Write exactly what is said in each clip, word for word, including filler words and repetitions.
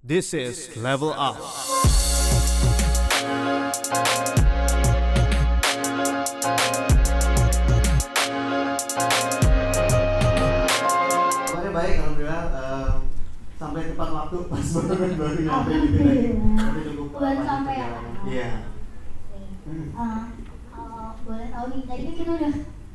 This is Level Up. Kabarnya baik, alhamdulillah. Uh, sampai tepat waktu pas banget baru nyampe di sini. Tapi cukup Baru sampai ya. Iya. Hmm. Uh, kalau boleh tahu nih, tadi kan kita udah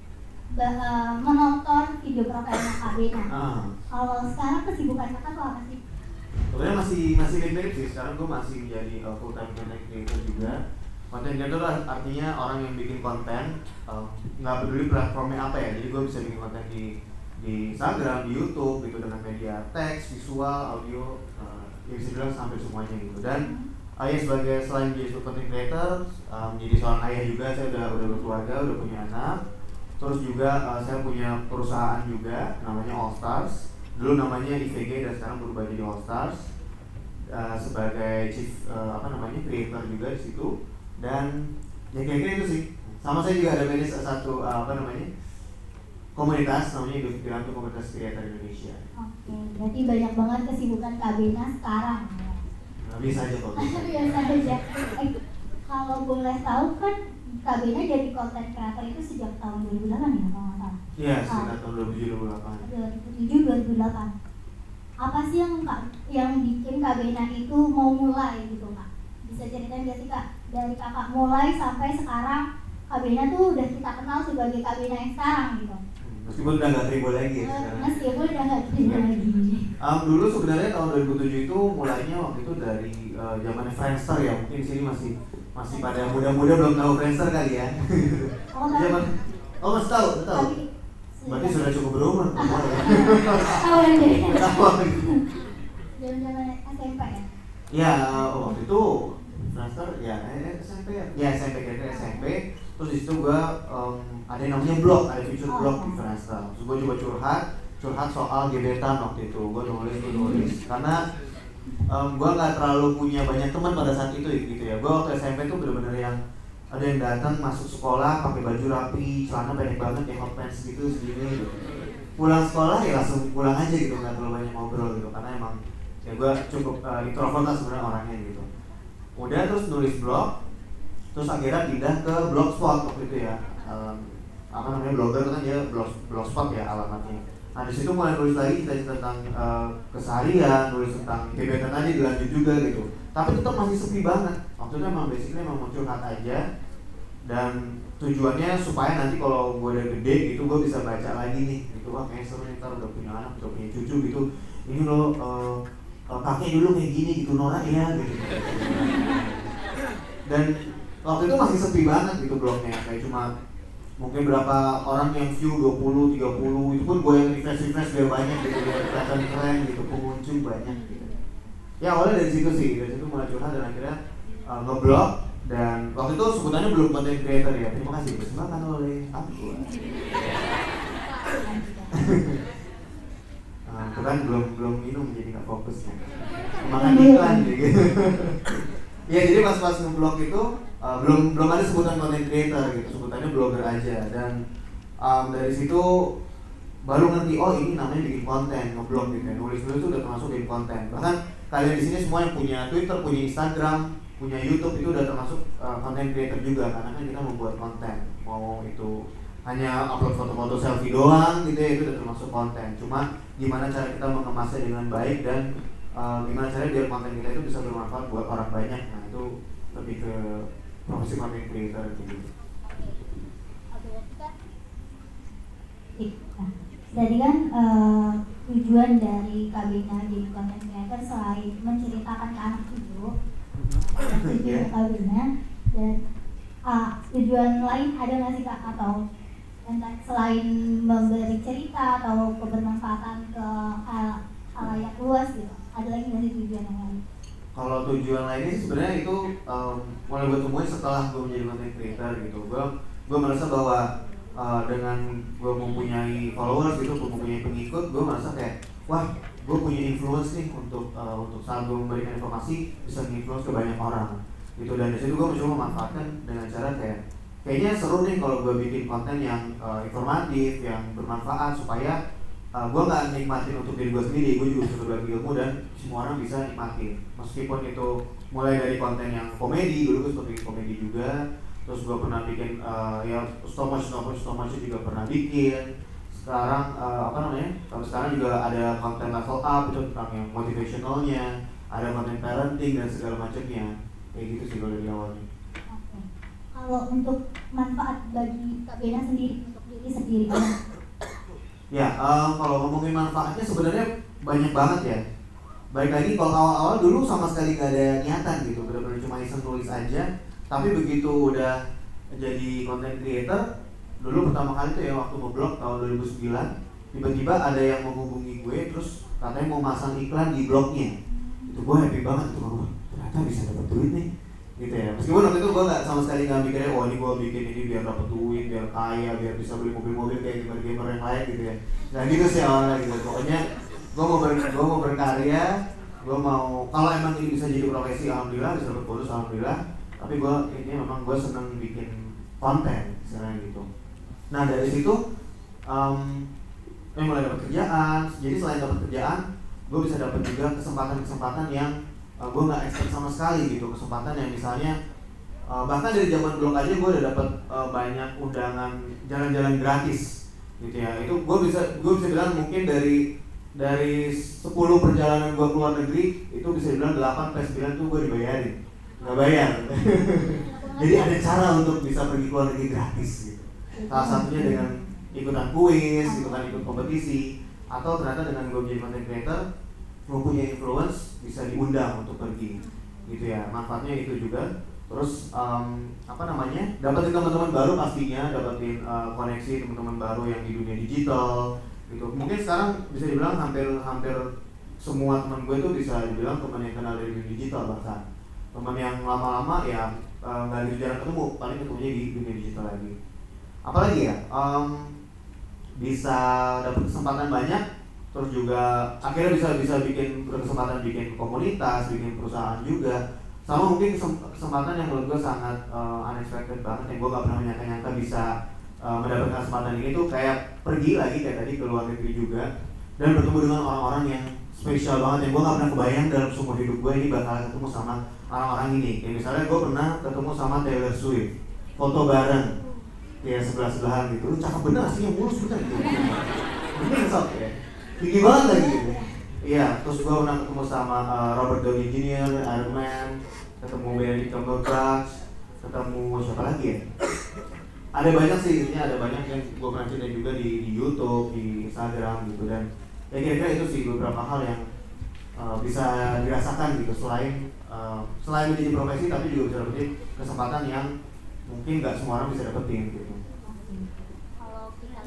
bah- menonton video profilnya Kak Bena. Ah. Kalau sekarang kesibukan kakak tuh apa sih? Sebenarnya masih masih mirip sih. Sekarang gue masih menjadi uh, full time content creator juga. Content creator artinya orang yang bikin konten, uh, nggak peduli platformnya apa ya. Jadi gue bisa bikin konten di di Instagram, di YouTube gitu dengan media teks, visual, audio, uh, ya bisa bilang sampai semuanya gitu. Dan ayah sebagai selain jadi content creator, um, jadi seorang ayah juga. Saya udah udah berkeluarga, udah punya anak. Terus juga uh, saya punya perusahaan juga namanya All Stars. Dulu namanya I V G dan sekarang berubah jadi All Stars. Uh, sebagai chief uh, apa namanya creator juga di situ. Dan ya kira-kira itu sih. Sama saya juga ada manage satu uh, apa namanya komunitas namanya Industri Komunitas Creator Indonesia. Oke, berarti banyak banget kesibukan Kak Bena sekarang. Nah, bisa aja kok. Biasa aja. Eh, kalau boleh tahu kan Kak Bena jadi content creator itu sejak tahun dua ribu delapan ya kalau nggak salah? Iya, sekitar tahun dua ribu tujuh dua ribu delapan. dua ribu tujuh dua ribu delapan. Apa sih yang Kak yang bikin Kak Bena itu mau mulai gitu Kak? Bisa ceritain nggak sih Kak? Dari kakak mulai sampai sekarang Kak Bena tuh udah kita kenal sebagai Kak Bena yang sekarang gitu. Meskipun udah nggak terima lagi ya sekarang. Meskipun udah nggak terima lagi. Um, dulu sebenarnya tahun dua ribu tujuh itu mulainya waktu itu dari uh, zamannya Friendster ya. Mungkin di sini masih masih pada muda-muda belum tahu Friendster kali ya. Oh, tahu. Zaman, oh masih tahu, tahu. Tapi Berarti sudah cukup berumur. tahu yang deh. Tahu. Zaman-zaman S M P ya. Ya waktu itu Friendster ya eh, S M P ya. Ya S M P kira-kira S M P. Terus di situ gua um, ada yang namanya blog, ada fitur blog di Friendster. Terus gua coba curhat, curhat soal gebetan waktu itu. Gua nulis, gua nulis karena um, gua nggak terlalu punya banyak teman pada saat itu gitu ya. Gua waktu S M P tuh bener-bener yang ada yang datang masuk sekolah pakai baju rapi, celana pendek banget kayak hot pants gitu segini gitu. Pulang sekolah ya langsung pulang aja gitu, nggak terlalu banyak ngobrol gitu karena emang ya gua cukup uh, introvert lah sebenarnya orangnya gitu. Udah terus nulis blog, terus akhirnya pindah ke blogspot waktu itu ya. Um, apa namanya blogger kan ya blog blogspot ya alamatnya. Nah di situ mulai nulis lagi kita tentang uh, keseharian, nulis tentang gebetan aja dilanjut juga gitu. Tapi tetap masih sepi banget. Waktu itu emang basically emang mau curhat aja. Dan tujuannya supaya nanti kalau gue udah gede gitu gue bisa baca lagi nih gitu. Wah kayaknya seru nih, ntar udah punya anak, udah punya cucu gitu. Ini loh uh, uh, kakek dulu kayak gini gitu, Nora ya gitu. Dan waktu itu masih sepi banget gitu blognya. Kayak cuma mungkin berapa orang yang view dua puluh, tiga puluh. Itu pun gue yang refresh-refresh biar banyak gitu. Biar kelihatan keren gitu, pengunjung banyak gitu. Ya awalnya dari situ sih, dari situ mulai curhat dan akhirnya uh, ngeblog. Dan waktu itu sebutannya belum content creator ya. Terima kasih dipersembahkan oleh aku. uh, itu kan belum belum minum jadi nggak fokus ya. Makan iklan gitu. Ya jadi pas-pas ngeblog itu uh, belum belum ada sebutan content creator gitu, sebutannya blogger aja. Dan um, dari situ baru ngerti oh ini namanya bikin konten, ngeblog gitu ya. Nulis-nulis itu udah termasuk bikin konten. Bahkan kalian di sini semua yang punya Twitter, punya Instagram, punya YouTube itu udah termasuk konten uh, creator juga karena kan kita membuat konten. Mau itu hanya upload foto-foto selfie doang gitu ya, itu udah termasuk konten. Cuma gimana cara kita mengemasnya dengan baik dan uh, gimana cara biar konten kita itu bisa bermanfaat buat orang banyak. Nah itu lebih ke profesi content creator gitu. Jadi kan uh, tujuan dari Kak Bena jadi content creator selain menceritakan ke anak cucu, tujuan Kak Bena dan uh, tujuan lain ada nggak sih Kak atau selain memberi cerita atau kebermanfaatan ke halayak luas gitu, ada lagi nggak sih tujuan yang lain? Kalau tujuan lainnya sebenarnya itu um, mulai gue temuin setelah gue menjadi content creator gitu. Gue gue merasa bahwa uh, dengan gue mempunyai followers gitu, gue mempunyai pengikut, gue merasa kayak wah gue punya influence nih untuk uh, untuk saat gue memberikan informasi bisa menginfluence ke banyak orang gitu. Dan dari situ gue mencoba memanfaatkan dengan cara kayak kayaknya seru nih kalau gue bikin konten yang uh, informatif, yang bermanfaat supaya uh, gue nggak nikmatin untuk diri gue sendiri, gue juga bisa berbagi ilmu dan semua orang bisa nikmatin. Meskipun itu mulai dari konten yang komedi, dulu gue suka bikin komedi juga, terus gue pernah bikin uh, ya stop motion stop motion stop motion juga pernah bikin. Sekarang uh, apa namanya? Kalau sekarang juga ada konten level up itu tentang yang motivationalnya, ada konten parenting dan segala macamnya. Kayak gitu sih kalau dari awalnya. Oke. Kalau untuk manfaat bagi Kak Bena sendiri untuk diri sendiri. Ya, um, kalau ngomongin manfaatnya sebenarnya banyak banget ya. Baik lagi kalau awal-awal dulu sama sekali gak ada niatan gitu, benar-benar cuma iseng tulis aja. Tapi begitu udah jadi content creator, dulu pertama kali tuh ya waktu ngeblog tahun dua ribu sembilan, tiba-tiba ada yang menghubungi gue terus katanya mau masang iklan di blognya. Itu gue happy banget tuh, gue ternyata bisa dapat duit nih, gitu ya. Meskipun waktu itu gue nggak sama sekali nggak mikirnya, oh ini gue bikin ini biar dapat duit, biar kaya, biar bisa beli mobil-mobil kayak gamer-gamer yang lain gitu ya. Nah gitu sih awalnya gitu. Pokoknya gue mau ber, gue mau berkarya, gue mau kalau emang ini bisa jadi profesi, alhamdulillah bisa dapat bonus, alhamdulillah. Tapi gue ini memang gue seneng bikin konten, misalnya gitu. Nah dari situ, um, gue mulai dapat kerjaan. Jadi selain dapat kerjaan, gue bisa dapat juga kesempatan-kesempatan yang uh, gue nggak expect sama sekali gitu. Kesempatan yang misalnya uh, bahkan dari zaman blog aja gue udah dapat uh, banyak undangan jalan-jalan gratis, gitu ya. Itu gue bisa gue bisa bilang mungkin dari dari sepuluh perjalanan gue keluar negeri itu bisa dibilang delapan sampai sembilan tuh gue dibayarin, nggak bayar. Jadi ada cara untuk bisa pergi keluar negeri gratis gitu. Salah satunya dengan ikutan kuis, ikutan ikut kompetisi, atau ternyata dengan gue menjadi content creator, gue punya influence bisa diundang untuk pergi, gitu ya. Manfaatnya itu juga. Terus um, apa namanya? Dapetin teman-teman baru pastinya, dapetin uh, koneksi teman-teman baru yang di dunia digital, gitu. Mungkin sekarang bisa dibilang hampir-hampir semua teman gue itu bisa dibilang teman yang kenal dari dunia digital bahkan. Teman yang lama-lama ya nggak uh, jarang ketemu, paling ketemunya di dunia digital lagi. Apalagi ya, um, bisa dapat kesempatan banyak, terus juga akhirnya bisa bisa bikin kesempatan bikin komunitas, bikin perusahaan juga. Sama mungkin kesempatan yang menurut gue sangat uh, unexpected banget, yang gue gak pernah menyangka-nyangka bisa uh, mendapatkan kesempatan ini tuh kayak pergi lagi kayak tadi ke luar negeri juga dan bertemu dengan orang-orang yang spesial banget yang gue gak pernah kebayang dalam seumur hidup gue ini bakal ketemu sama orang-orang ini. Kayak misalnya gue pernah ketemu sama Taylor Swift, foto bareng. Ya sebelah-sebelahan gitu, cakep bener aslinya, mulus bener gitu. Bener sok ya, tinggi banget lagi gitu. Iya, terus gue pernah ketemu sama uh, Robert Downey Junior, Iron Man, ketemu Benedict Cumberbatch, ketemu siapa lagi ya? Ada banyak sih, intinya ada banyak yang gue pernah cerita juga di, di YouTube, di Instagram gitu. Dan ya kira-kira itu sih beberapa hal yang uh, bisa dirasakan gitu. Selain uh, selain menjadi profesi, tapi juga bisa dapetin kesempatan yang mungkin nggak semua orang bisa dapetin gitu. Kalau kita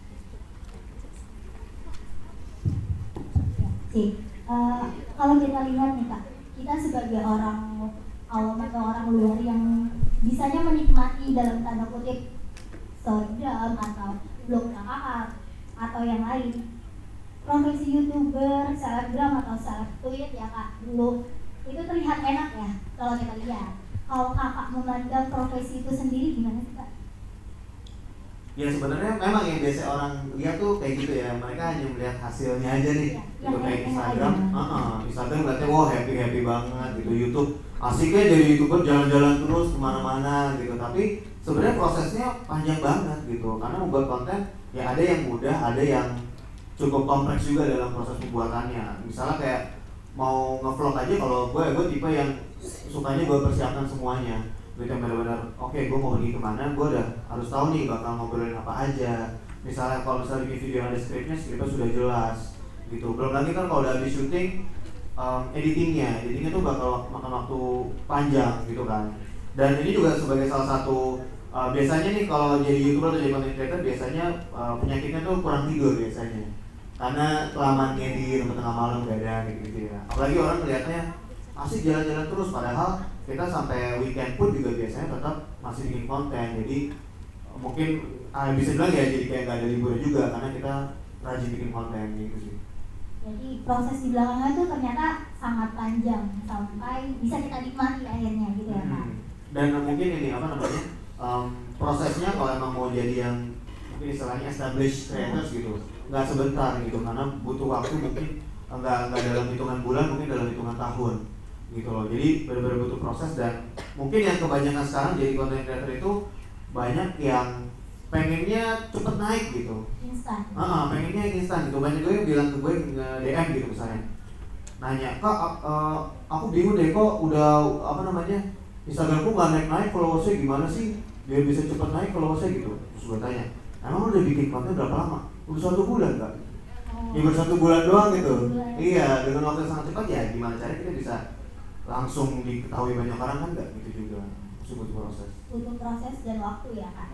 sih, uh, kalau kita lihat nih Kak, kita sebagai orang awam atau orang luar yang bisanya menikmati dalam tanda kutip Instagram atau blog K K K atau yang lain, profesi YouTuber, selebgram atau seleb tweet ya Kak dulu itu terlihat enak ya kalau kita lihat. Kalau Kakak memandang profesi itu sendiri gimana sih Kak? Ya sebenarnya memang yang biasa orang lihat tuh kayak gitu ya, mereka hanya melihat hasilnya aja nih, ya, gitu kayak Instagram, uh-uh. Instagram ngeliatnya wah happy happy banget gitu, YouTube asiknya jadi YouTuber jalan-jalan terus kemana-mana gitu, tapi sebenarnya prosesnya panjang banget gitu, karena membuat konten ya ada yang mudah, ada yang cukup kompleks juga dalam proses pembuatannya. Misalnya kayak mau nge-vlog aja, kalau gue gue tipe yang sukanya gue persiapkan semuanya gitu, yang benar-benar oke okay, gue mau pergi kemana, gue udah harus tahu nih bakal ngobrolin apa aja. Misalnya kalau misalnya bikin video yang ada skripnya, skripnya sudah jelas gitu. Belum lagi kan kalau udah habis syuting, um, editingnya editingnya tuh bakal makan waktu panjang gitu kan. Dan ini juga sebagai salah satu uh, biasanya nih kalau jadi YouTuber atau jadi content creator, biasanya uh, penyakitnya tuh kurang tidur biasanya, karena kelamaan ngedit sampai tengah malam begadang gitu ya. Apalagi orang melihatnya asik jalan-jalan terus, padahal kita sampai weekend pun juga biasanya tetap masih bikin konten. Jadi mungkin ah, bisa bilang ya jadi kayak gak ada liburnya juga, karena kita rajin bikin konten gitu sih. Jadi proses di belakangnya itu ternyata sangat panjang sampai bisa kita nikmati akhirnya gitu ya Kak. Hmm. Dan mungkin ini apa namanya um, prosesnya kalau emang mau jadi yang mungkin istilahnya established creators gitu, nggak sebentar gitu, karena butuh waktu mungkin nggak nggak dalam hitungan bulan, mungkin dalam hitungan tahun gitu loh. Jadi benar-benar butuh proses, dan mungkin yang kebanyakan sekarang jadi content creator itu banyak yang pengennya cepet naik gitu, instan. Ah, pengennya instan gitu. Banyak gue yang bilang ke gue nge-D M gitu misalnya, nanya, kak, uh, aku bingung deh kok udah apa namanya Instagramku nggak naik-naik, followersnya gimana sih biar bisa cepet naik followersnya gitu. Terus gue tanya, emang udah bikin konten berapa lama? Udah satu bulan kak? Oh. Ya baru satu bulan doang gitu. Bulan. Iya, dengan waktu yang sangat cepat ya gimana caranya kita bisa langsung diketahui banyak orang kan nggak gitu juga. Butuh proses. Butuh proses dan waktu ya kak.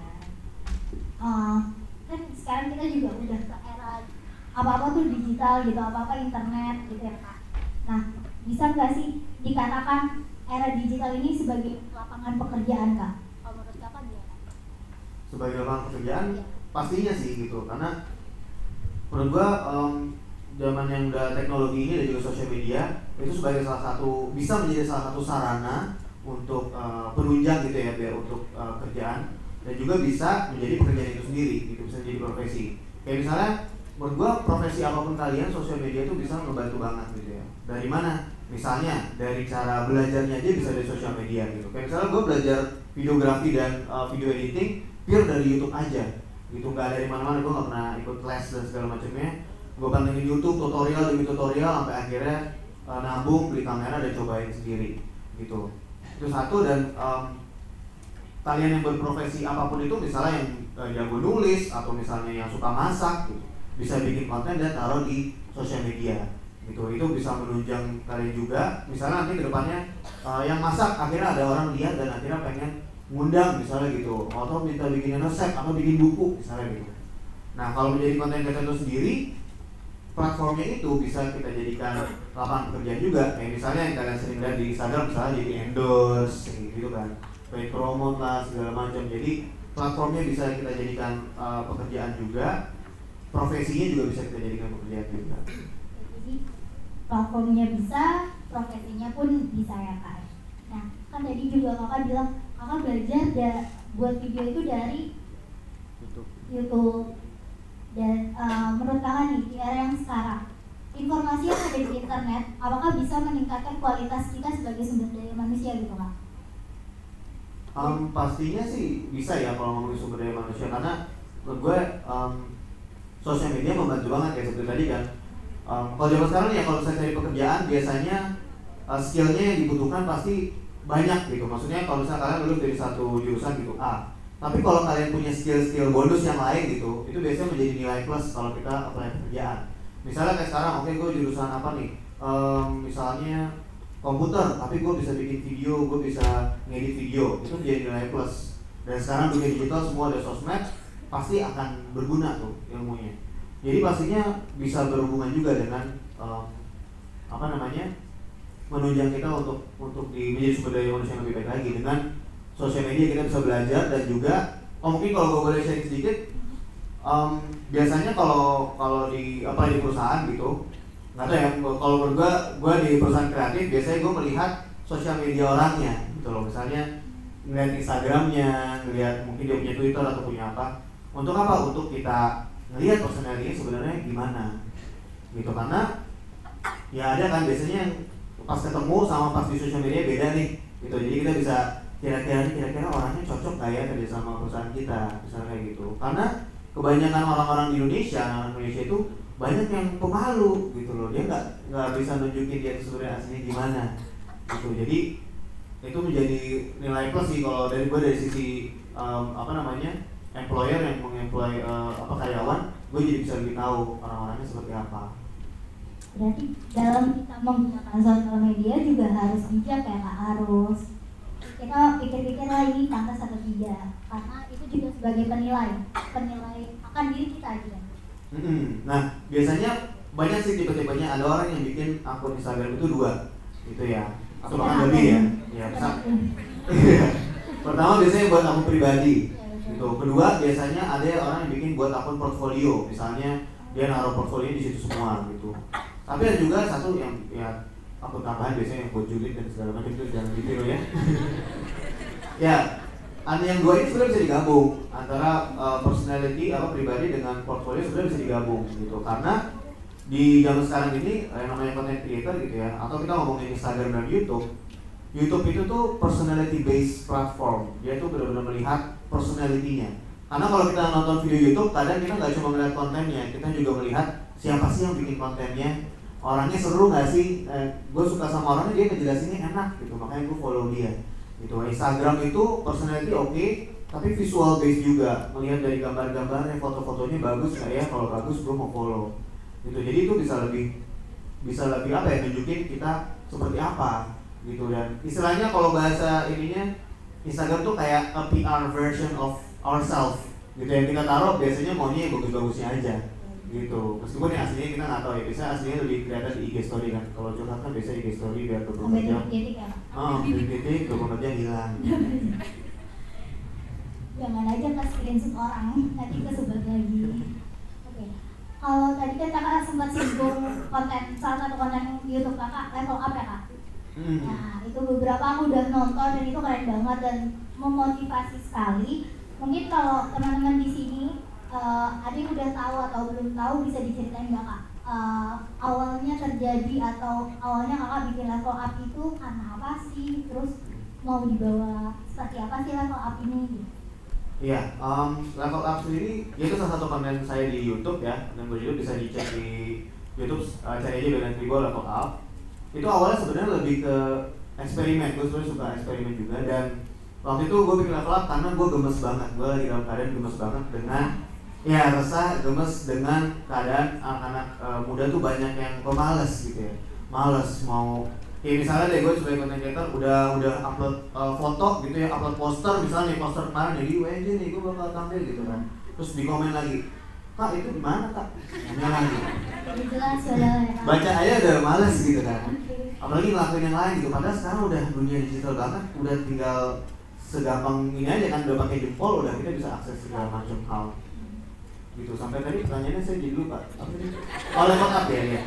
Uh, kan sekarang kita juga udah ke era apa-apa tuh digital gitu, apa-apa internet gitu ya kak. Nah, bisa nggak sih dikatakan era digital ini sebagai lapangan pekerjaan kak? Kalau menurut kakak gimana? Sebagai lapangan pekerjaan, iya. Pastinya sih gitu, karena menurut gua um, zaman yang udah teknologi ini dan juga sosial media itu sebagai salah satu, bisa menjadi salah satu sarana untuk uh, penunjang gitu ya, biar untuk uh, kerjaan, dan juga bisa menjadi pekerjaan itu sendiri gitu, bisa jadi profesi. Kayak misalnya menurut gua profesi apapun kalian, sosial media itu bisa ngebantu banget gitu ya. Dari mana? Misalnya dari cara belajarnya aja bisa dari sosial media gitu. Kayak misalnya gua belajar videografi dan uh, video editing pure dari YouTube aja gitu, nggak dari mana-mana. Gua nggak pernah ikut les dan segala macamnya. Gua pantengin YouTube tutorial demi tutorial sampai akhirnya uh, nabung beli kamera dan cobain sendiri gitu. Itu satu. Dan um, kalian yang berprofesi apapun itu, misalnya yang uh, jago nulis atau misalnya yang suka masak gitu, bisa bikin konten dan taruh di sosial media gitu. Itu bisa menunjang kalian juga. Misalnya nanti kedepannya uh, yang masak akhirnya ada orang lihat dan akhirnya pengen ngundang misalnya gitu, atau minta bikin resep atau bikin buku misalnya gitu. Nah, kalau menjadi konten kreator itu sendiri, platformnya itu bisa kita jadikan lapangan pekerjaan juga. Kayak misalnya yang kalian sering lihat di Instagram, misalnya jadi endorse gitu kan, paid promote lah segala macam. Jadi platformnya bisa kita jadikan uh, pekerjaan juga, profesinya juga bisa kita jadikan pekerjaan juga. Jadi platformnya bisa, profesinya pun bisa ya kak. Nah, kan tadi juga kakak bilang kakak belajar da, buat video itu dari YouTube. YouTube. Dan uh, menurut kakak nih di era yang sekarang, informasi yang ada di internet, apakah bisa meningkatkan kualitas kita sebagai sumber daya manusia gitu kak? Um, pastinya sih bisa ya kalau ngomongin sumber daya manusia, karena menurut gue um, sosial media membantu banget ya seperti tadi kan. Um, kalau zaman sekarang ya kalau saya cari pekerjaan biasanya uh, skillnya yang dibutuhkan pasti banyak gitu. Maksudnya kalau misalnya kalian lulus dari satu jurusan gitu A, tapi kalau kalian punya skill-skill bonus yang lain gitu, itu biasanya menjadi nilai plus kalau kita apply pekerjaan. Misalnya kayak sekarang, oke okay, gue jurusan apa nih? Um, misalnya komputer, tapi gue bisa bikin video, gue bisa ngedit video, itu menjadi nilai plus. Dan sekarang dunia digital semua ada sosmed, pasti akan berguna tuh ilmunya. Jadi pastinya bisa berhubungan juga dengan um, apa namanya menunjang kita untuk untuk di menjadi sumber daya manusia yang lebih baik lagi. Dengan sosial media kita bisa belajar, dan juga oh mungkin kalau gue boleh sharing sedikit, um, biasanya kalau kalau di apa di perusahaan gitu, nggak tahu ya, kalau menurut gue gue di perusahaan kreatif biasanya gue melihat sosial media orangnya gitu loh. Misalnya ngeliat Instagramnya, ngeliat mungkin dia punya Twitter atau punya apa. Untuk apa? Untuk kita ngelihat personality sebenarnya gimana gitu. Karena ya ada kan biasanya yang pas ketemu sama pas di sosial media beda nih gitu. Jadi kita bisa kira-kira kira-kira orangnya cocok gak ya kerja sama perusahaan kita, misalnya kayak gitu. Karena kebanyakan orang-orang di Indonesia, anak Indonesia itu banyak yang pemalu gitu loh. Dia nggak nggak bisa nunjukin dia itu sebenarnya aslinya gimana gitu. Jadi itu menjadi nilai plus sih kalau dari gue, dari sisi um, apa namanya employer yang mengemploy uh, apa karyawan, gue jadi bisa lebih tahu orang-orangnya seperti apa. Berarti dalam kita menggunakan sosial media juga harus bijak ya kak, harus kita pikir-pikir lah ini pantas atau tidak, karena itu juga sebagai penilai penilai akan diri kita juga. Mm-hmm. Nah biasanya banyak sih tipe-tipenya, ada orang yang bikin akun Instagram itu dua gitu ya, atau bahkan lebih ya. Ya bisa. Pertama biasanya buat akun pribadi gitu. Kedua biasanya ada orang yang bikin buat akun portfolio, misalnya dia naruh portfolio di situ semua gitu. Tapi ada juga satu yang ya akun tambahan biasanya yang buat julid dan segala macam, itu jangan ditiru ya. Ya Ada yang dua ini sebenarnya bisa digabung antara uh, personality apa pribadi dengan portfolio sebenarnya bisa digabung gitu karena di zaman sekarang ini yang namanya content creator gitu ya atau kita ngomongin Instagram dan YouTube YouTube itu tuh personality based platform dia tuh benar-benar melihat personality-nya karena kalau kita nonton video YouTube kadang kita nggak cuma melihat kontennya kita juga melihat siapa sih yang bikin kontennya orangnya seru nggak sih eh, gue suka sama orangnya dia ngejelasinnya enak gitu makanya gue follow dia gitu. Instagram itu personality oke, okay, tapi visual based juga. Melihat dari gambar-gambarnya, foto-fotonya bagus nggak ya? Kalau bagus, gue mau follow. Gitu. Jadi itu bisa lebih, bisa lebih apa ya? Nunjukin kita seperti apa, gitu. Dan istilahnya kalau bahasa ininya, Instagram tuh kayak a P R version of ourselves. Gitu yang kita taruh biasanya maunya yang bagus-bagusnya aja. Gitu. Meskipun yang aslinya kita nggak tahu ya, biasanya aslinya lebih kelihatan di I G story kan. Kalau curhat kan biasa I G story biar dua puluh empat jam. Oh, titik dua puluh empat jam hilang. Jangan aja ke screenshot orang, nanti kesebar lagi. Oke. Kalau tadi kan kakak sempat singgung konten salah satu konten YouTube kakak level up ya kak. Hmm. Nah itu beberapa aku udah nonton dan itu keren banget dan memotivasi sekali. Mungkin kalau teman-teman di sini Uh, ada yang udah tahu atau belum tahu bisa diceritain nggak kak? Uh, awalnya terjadi atau awalnya kakak bikin level up itu karena apa sih? Terus mau dibawa seperti apa sih level up ini? Iya, um, level up sendiri itu salah satu konten saya di YouTube ya. Dan YouTube bisa dicek di YouTube, uh, cari aja dengan Tribo level up. Itu awalnya sebenarnya lebih ke eksperimen, gue sebenarnya suka eksperimen juga dan waktu itu gue bikin level up karena gue gemes banget, gue lagi dalam keadaan gemes banget dengan ya resah, gemes dengan keadaan anak-anak e, muda tuh banyak yang pemalas gitu ya, males mau ya misalnya deh gue sebagai content creator udah udah upload e, foto gitu ya, upload poster misalnya nih poster kemarin jadi W J nih gue bakal tampil gitu kan, terus di komen lagi kak itu di mana kak, nanya lagi, baca aja udah males gitu kan, apalagi ngelakuin yang lain gitu, padahal sekarang udah dunia digital banget, udah tinggal segampang ini aja kan, udah pakai jempol udah kita bisa akses segala macam hal. Gitu sampai tadi pertanyaannya saya jadi lupa apa sih? Oh level up ya ya.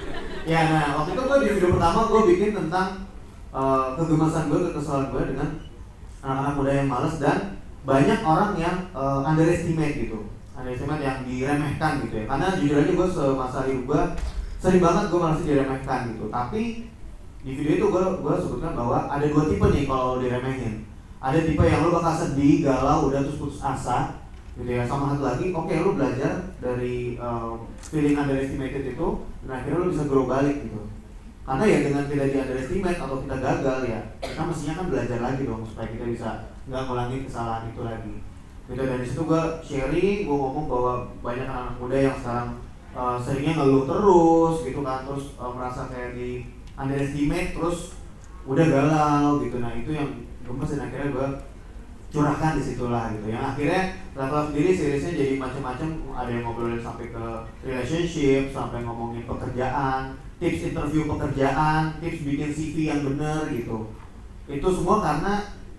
Ya nah waktu itu gue di video pertama gue bikin tentang uh, kegemasan gue, kekesalan gue dengan anak-anak muda yang malas dan banyak orang yang uh, underestimate gitu, underestimate yang diremehkan gitu ya. Karena jujur aja gue semasa hidup gue sering banget gue merasa diremehkan gitu. Tapi di video itu gue gue sebutkan bahwa ada dua tipe nih kalau diremehin. Ada tipe yang lo bakal sedih, galau, udah terus putus asa. Gitu ya, sama satu lagi, oke okay, lu belajar dari um, feeling underestimated itu dan akhirnya lu bisa grow balik gitu karena ya dengan tidak di underestimate atau kita gagal ya kita mestinya kan belajar lagi dong supaya kita bisa nggak ngulangi kesalahan itu lagi gitu. Dan disitu gue sharing, gue ngomong bahwa banyak anak muda yang sekarang uh, seringnya ngeluh terus gitu kan, terus uh, merasa kayak di underestimate terus udah galau gitu. Nah itu yang gemes dan akhirnya gue curahkan di situlah gitu. Yang akhirnya level up sendiri seriesnya jadi macam-macam, ada yang ngobrolin sampai ke relationship, sampai ngomongin pekerjaan, tips interview pekerjaan, tips bikin C V yang bener gitu. Itu semua karena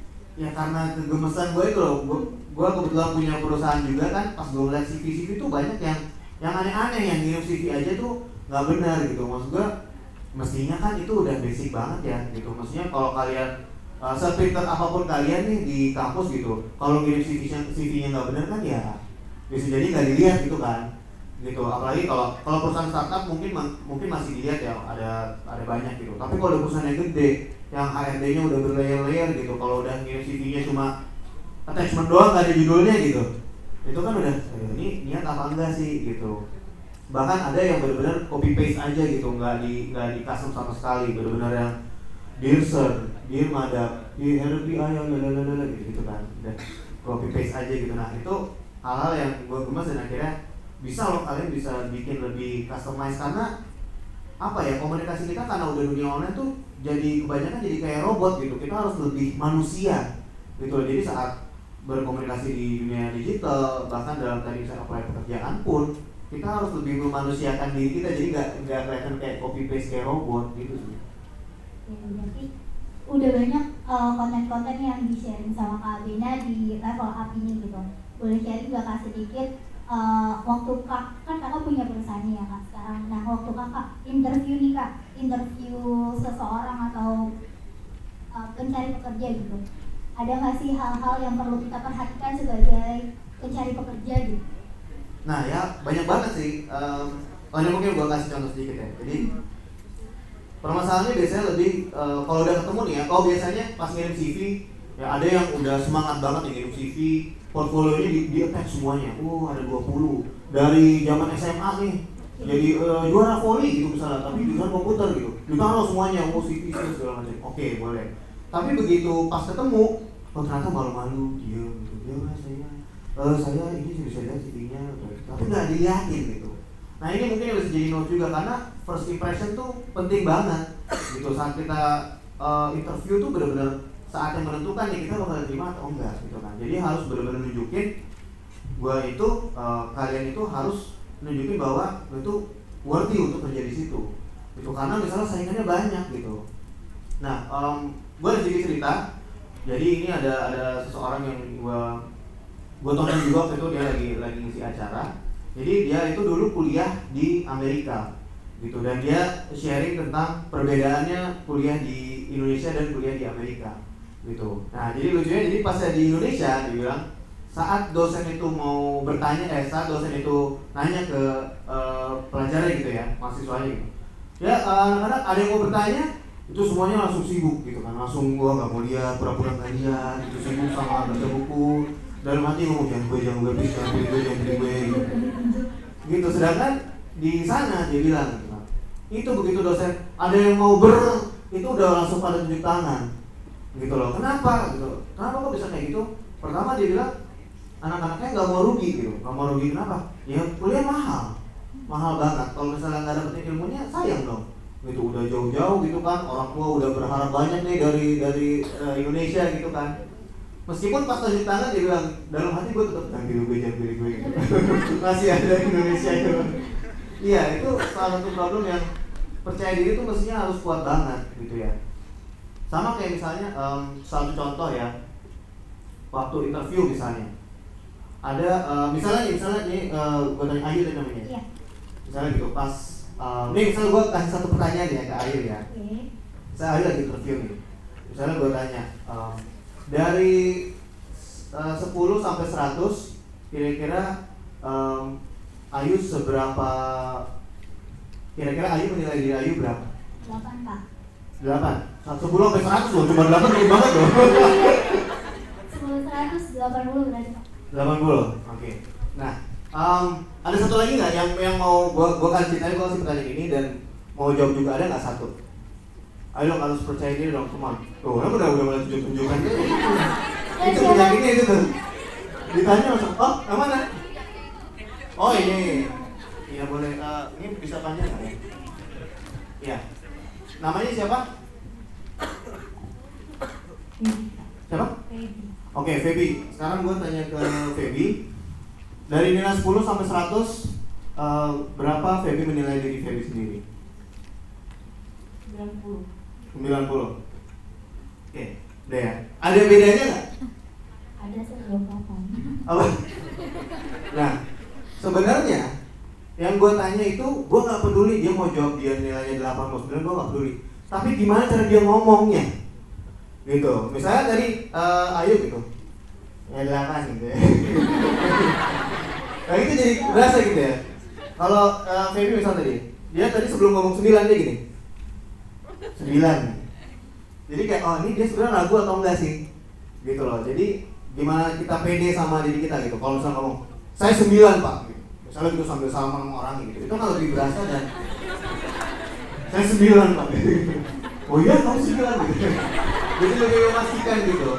ya karena kegemesan gue itu loh. Gue, gue kebetulan punya perusahaan juga kan, pas gue liat C V C V itu banyak yang yang aneh-aneh, yang ngirim C V aja tuh nggak benar gitu. Maksud gue mestinya kan itu udah basic banget ya gitu. Maksudnya kalau kalian Uh, sepinter apapun kalian nih di kampus gitu, kalau ngirim C V-nya C V-nya nggak benar kan ya bisa jadi nggak dilihat gitu kan, gitu. Apalagi kalau kalau perusahaan startup mungkin mungkin masih dilihat ya, ada ada banyak gitu. Tapi kalau ada perusahaan yang gede, yang H R D-nya udah berlayer-layer gitu, kalau udah ngirim C V-nya cuma attachment doang nggak ada judulnya gitu, itu kan udah eh, ini niat apa enggak sih gitu. Bahkan ada yang benar-benar copy paste aja gitu, nggak di nggak di custom sama sekali, benar-benar yang dear sir, dear madam, dear H R D ayo lalalala gitu, gitu kan, dan copy paste aja gitu. Nah itu hal-hal yang gue gemes dan akhirnya bisa loh kalian bisa bikin lebih customize karena apa ya, komunikasi kita karena udah dunia online tuh jadi kebanyakan jadi kayak robot gitu. Kita harus lebih manusia gitu. Jadi saat berkomunikasi di dunia digital, bahkan dalam tadi saya apply pekerjaan pun kita harus lebih memanusiakan diri kita, jadi nggak nggak kelihatan kayak copy paste kayak robot gitu sih. Ya, berarti udah banyak uh, konten-konten yang di-sharing sama Kak Bena di level up ini gitu. Boleh sharing gak Kak sedikit uh, waktu Kak, kan Kakak punya perusahaan ya Kak sekarang. Nah waktu Kakak interview nih Kak, interview seseorang atau uh, pencari pekerja gitu, ada nggak sih hal-hal yang perlu kita perhatikan sebagai pencari pekerja gitu? Nah ya banyak banget sih. Um, oh ini mungkin gue kasih contoh sedikit ya. Jadi permasalahannya biasanya lebih uh, kalau udah ketemu nih ya. Kalau biasanya pas ngirim C V ya ada yang udah semangat banget nih ngirim C V, portfolionya di, di attack semuanya. Oh ada dua puluh dari zaman S M A nih. Jadi uh, juara voli gitu misalnya, tapi jurusan komputer gitu. Ditaruh semuanya, oh C V segala macam. Oke boleh. Tapi begitu pas ketemu, oh ternyata malu-malu, dia gitu. Dia mas saya, uh, saya ini bisa lihat C V-nya, tapi nggak dilihatin gitu. Nah ini mungkin harus jadi note juga karena first impression tuh penting banget gitu. Saat kita uh, interview tuh benar-benar saat yang menentukan ya kita bakal terima atau enggak gitu kan. Jadi harus benar-benar nunjukin gua itu uh, kalian itu harus nunjukin bahwa lo itu worthy untuk kerja di situ. Itu karena misalnya saingannya banyak gitu. Nah, um, gua ada sedikit cerita. Jadi ini ada ada seseorang yang gua gua tonton juga waktu itu dia lagi lagi ngisi acara. Jadi dia itu dulu kuliah di Amerika gitu dan dia sharing tentang perbedaannya kuliah di Indonesia dan kuliah di Amerika gitu. Nah, jadi lucunya jadi pas di Indonesia dia bilang saat dosen itu mau bertanya, eh saat dosen itu nanya ke uh, pelajarnya gitu ya, mahasiswanya gitu. Ya kadang-kadang uh, ada yang mau bertanya, itu semuanya langsung sibuk gitu kan, langsung gua nggak mau lihat, pura-pura nggak lihat, itu sibuk sama baca buku. Dalam hati ngomong jangan gue, jangan gue, please, jangan gue, jangan gue, gitu. Gitu. Sedangkan di sana dia bilang, gitu kan, itu begitu dosen ada yang mau ber, itu udah langsung pada tunjuk tangan, gitu loh. Kenapa? Gitu. Kenapa kok bisa kayak gitu? Pertama dia bilang anak-anaknya nggak mau rugi gitu, nggak mau rugi kenapa? Ya kuliah mahal, mahal banget. Kalau misalnya nggak dapetin ilmunya sayang dong. Gitu udah jauh-jauh gitu kan, orang tua udah berharap banyak nih dari dari uh, Indonesia gitu kan. Meskipun pas tunjuk tangan dia bilang dalam hati gue tetap jangan pilih gue, jangan pilih gue gitu. Masih ada Indonesia gitu. Iya itu salah satu problem yang percaya diri itu mestinya harus kuat banget gitu ya. Sama kayak misalnya um, satu contoh ya, waktu interview misalnya. Ada uh, misalnya nih, misalnya nih uh, gue tanya Ayu tadi namanya. Iya. Misalnya gitu pas uh, nih misalnya gue kasih satu pertanyaan ya ke Ayu ya. Oke. Saya Ayu lagi interview nih. Misalnya gue tanya um, dari uh, sepuluh sampai seratus kira-kira um, Ayu seberapa kira-kira Ayu menilai diri Ayu berapa? delapan Pak. delapan. sepuluh sampai seratus loh, cuma delapan lebih banget loh. sepuluh seratus delapan puluh berarti Pak. delapan puluh, oke. Okay. Nah, um, ada satu lagi nggak yang yang mau gua gua kasih ceritain, gua kasih pertanyaan ini dan mau jawab juga, ada nggak satu? Ayo dong, harus percaya diri dong, teman. Tuh, kan udah udah mulai tunjuk-tunjukkan itu. Itu penyakitnya itu tuh. Ditanya langsung, oh, yang mana? Oh ini, iya boleh. Uh, ini bisa panjang nggak ya? Iya. Namanya siapa? Siapa? Feby. Oke, okay, Feby. Sekarang gue tanya ke Feby. Dari nilai sepuluh sampai seratus, uh, berapa Feby menilai diri Feby sendiri? sembilan puluh. sembilan puluh. Oke, okay. Udah ya. Ada bedanya nggak? Ada sebelum kapan? Apa? Nah, sebenarnya yang gue tanya itu, gue nggak peduli dia mau jawab dia nilainya delapan puluh sembilan, gue nggak peduli. Tapi gimana cara dia ngomongnya? Gitu. Misalnya tadi uh, Ayu gitu, ya delapan gitu ya. Nah itu jadi berasa gitu ya. Kalau uh, Feby misal tadi, dia tadi sebelum ngomong sembilan dia gini, sembilan. Jadi kayak oh ini dia sebenarnya ragu atau enggak sih? Gitu loh. Jadi gimana kita pede sama diri kita gitu. Kalau misalnya ngomong saya sembilan Pak, gitu. Misalnya gitu sambil salaman sama orang gitu, itu kan lebih berasa dan saya sembilan Pak. Oh iya kamu sembilan gitu. Jadi lebih memastikan gitu.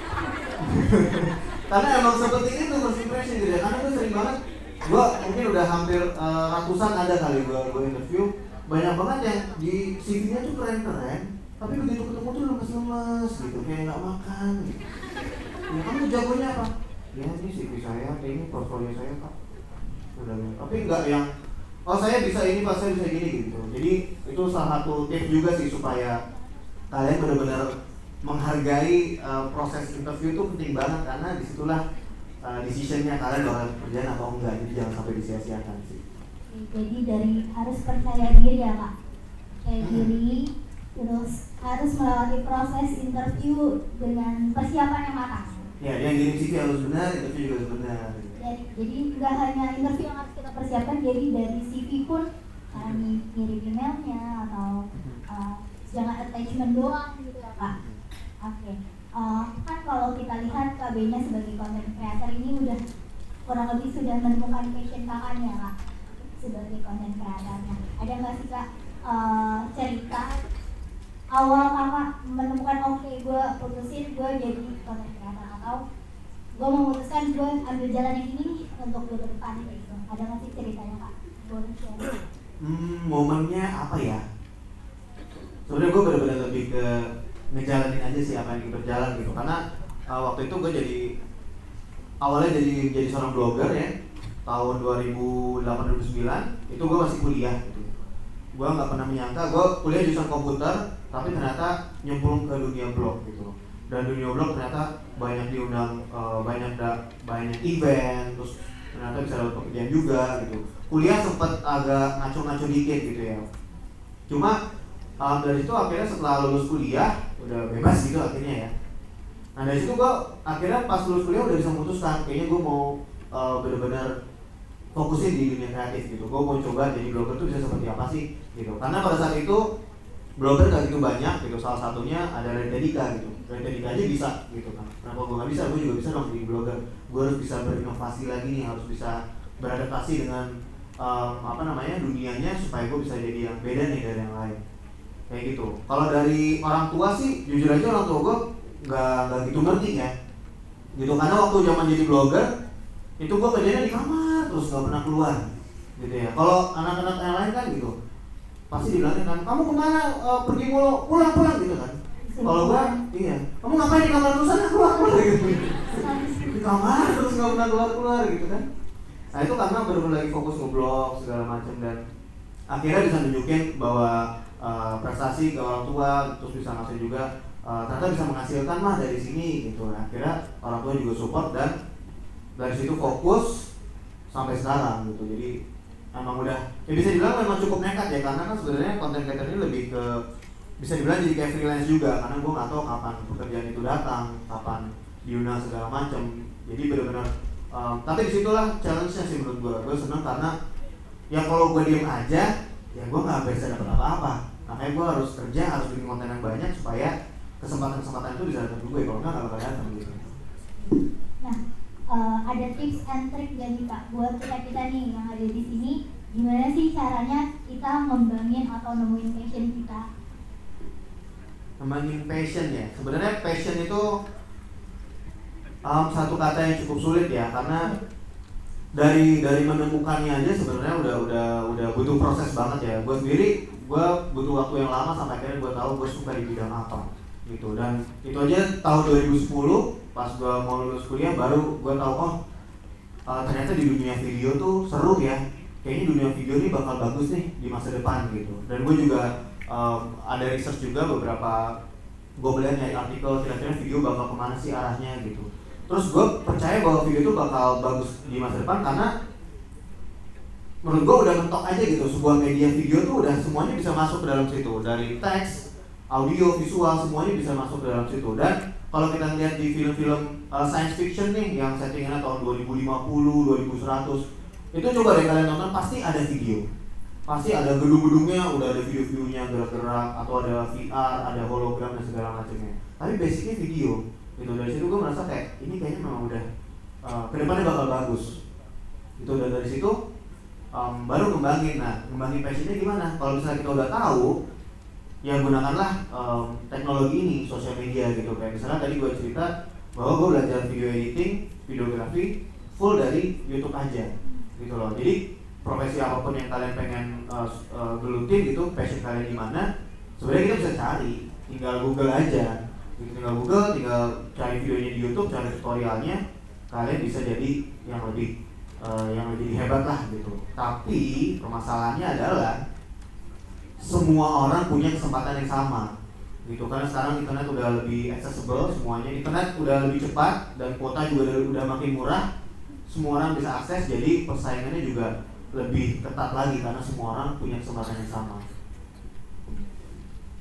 Karena emang seperti itu first impression gitu ya. Karena gue sering banget, gue mungkin udah hampir uh, ratusan ada kali gue gue interview, banyak banget yang di C V-nya tuh keren-keren, tapi begitu ketemu tuh lemes-lemes gitu, kayak nggak makan. Gitu. Ya kamu jagonya apa? Ya ini C V saya, ini portfolio saya Pak. Udah, tapi nggak yang oh saya bisa ini Pak, saya bisa gini gitu. Jadi itu salah satu tips juga sih supaya kalian benar-benar menghargai uh, proses interview itu penting banget karena disitulah uh, decisionnya kalian bakal kerjaan atau enggak, jadi jangan sampai disia-siakan sih. Jadi dari harus percaya diri ya Kak, percaya hmm. diri, terus harus melewati proses interview dengan persiapan yang matang. Ya, yang ngirim C V harus benar, interview juga harus benar. Jadi, jadi nggak hanya interview yang harus kita persiapkan, jadi dari C V pun uh, ngirim emailnya atau uh, jangan attachment doang gitu ya Kak. Oke, okay. uh, kan kalau kita lihat K B-nya sebagai content creator ini udah kurang lebih sudah menemukan passion kakaknya Kak sebagai content creatornya. Ada nggak sih Kak uh, cerita awal kakak menemukan oke okay, gue putusin gue jadi content creator atau gue memutuskan gue ambil jalan yang ini nih untuk gue ke depan gitu. Ada nggak sih ceritanya Kak? Boleh share? Hmm, momennya apa ya? Sebenarnya gue benar-benar lebih ke ngejalanin aja sih apa yang berjalan gitu. Karena uh, waktu itu gue jadi awalnya jadi jadi seorang blogger ya. Tahun dua ribu delapan dua ribu sembilan itu gue masih kuliah gitu. Gue nggak pernah menyangka gue kuliah jurusan komputer, tapi ternyata nyemplung ke dunia blog gitu. Dan dunia blog ternyata banyak diundang, uh, banyak da, banyak event, terus ternyata bisa dapat pekerjaan juga gitu. Kuliah sempat agak ngaco-ngaco dikit gitu ya. Cuma um, dari situ akhirnya setelah lulus kuliah udah bebas gitu akhirnya ya. Nah dari situ gue akhirnya pas lulus kuliah udah bisa memutuskan kayaknya gue mau uh, benar-benar fokusin di dunia kreatif gitu. Gue mau coba jadi blogger tuh bisa seperti apa sih gitu. Karena pada saat itu blogger gak gitu banyak gitu. Salah satunya ada Rededika gitu. Rededika aja bisa gitu kan. Kenapa gue gak bisa? Gue juga bisa dong jadi blogger. Gue harus bisa berinovasi lagi nih, harus bisa beradaptasi dengan um, apa namanya dunianya supaya gue bisa jadi yang beda nih dari yang lain. Kayak gitu. Kalau dari orang tua sih jujur aja orang tua gue gak, gak gitu ngerti ya gitu. Karena waktu zaman jadi blogger itu gue kerjanya di kamar terus gak pernah keluar gitu ya. Kalau anak-anak yang lain kan gitu pasti dibilangin kan, kamu kemana uh, pergi mulu, pulang-pulang gitu kan. Kalau gue, iya, kamu ngapain di kamar terus sana, keluar-keluar gitu. Di kamar terus gak pernah keluar-keluar gitu kan. Nah itu karena benar-benar lagi fokus ngeblog segala macam dan akhirnya bisa nunjukin bahwa uh, prestasi ke orang tua, terus bisa ngasih juga uh, ternyata bisa menghasilkan mah dari sini gitu. Nah, akhirnya orang tua juga support dan dari situ fokus sampai sekarang gitu. Jadi emang udah, ya bisa dibilang memang cukup nekat ya, karena kan sebenarnya content creator ini lebih ke bisa dibilang jadi kayak freelance juga, karena gue nggak tahu kapan pekerjaan itu datang, kapan diundang segala macam. Jadi benar-benar, um, tapi disitulah challenge-nya sih menurut gue. Gue seneng karena ya kalau gue diem aja, ya gue nggak bisa dapat apa-apa. Makanya gue harus kerja, harus bikin konten yang banyak supaya kesempatan-kesempatan itu bisa datang ke gue. Kalau nggak nggak bakal datang gitu. Nah. Uh, ada tips and trick dari Kak buat kita kita nih yang ada di sini, gimana sih caranya kita ngembangin atau nemuin passion kita? Ngembangin passion ya, sebenarnya passion itu um, satu kata yang cukup sulit ya, karena dari dari menemukannya aja sebenarnya udah udah udah butuh proses banget ya. Gue sendiri gue butuh waktu yang lama sampai akhirnya gue tahu gue suka di bidang apa gitu. Dan itu aja tahun dua ribu sepuluh pas gue mau lulus kuliah baru gue tahu oh uh, ternyata di dunia video tuh seru ya, kayaknya dunia video ini bakal bagus nih di masa depan gitu. Dan gue juga um, ada research juga beberapa, gue melihat dari artikel kira-kira video bakal kemana sih arahnya gitu. Terus gue percaya bahwa video itu bakal bagus di masa depan karena menurut gue udah mentok aja gitu, sebuah media video tuh udah semuanya bisa masuk ke dalam situ, dari teks, audio, visual, semuanya bisa masuk ke dalam situ. Dan kalau kita lihat di film-film uh, science fiction nih yang settingannya tahun dua ribu lima puluh, dua ribu seratus, itu coba deh kalian nonton, pasti ada video, pasti ada gedung-gedungnya, udah ada video-videonya gerak-gerak, atau ada V R, ada hologram dan segala macamnya. Tapi basicnya video. Gitu. Dari situ gue merasa kayak ini kayaknya memang udah uh, kedepannya bakal bagus. Itu udah dari situ um, baru ngembangin. Nah, ngembangin passionnya gimana? Kalau misalnya kita udah tahu, ya gunakanlah um, teknologi ini, sosial media gitu. Kayak misalnya tadi gue cerita bahwa gue belajar video editing, videografi full dari YouTube aja gitu loh. Jadi profesi apapun yang kalian pengen uh, uh, gelutin gitu, passion kalian di mana, sebenarnya kita bisa cari, tinggal Google aja. Gitu, tinggal Google, tinggal cari videonya di YouTube, cari tutorialnya, kalian bisa jadi yang lebih uh, yang lebih hebat lah gitu. Tapi permasalahannya adalah semua orang punya kesempatan yang sama gitu, karena sekarang internet udah lebih accessible, semuanya internet udah lebih cepat dan kuota juga udah, udah makin murah, semua orang bisa akses, jadi persaingannya juga lebih ketat lagi karena semua orang punya kesempatan yang sama.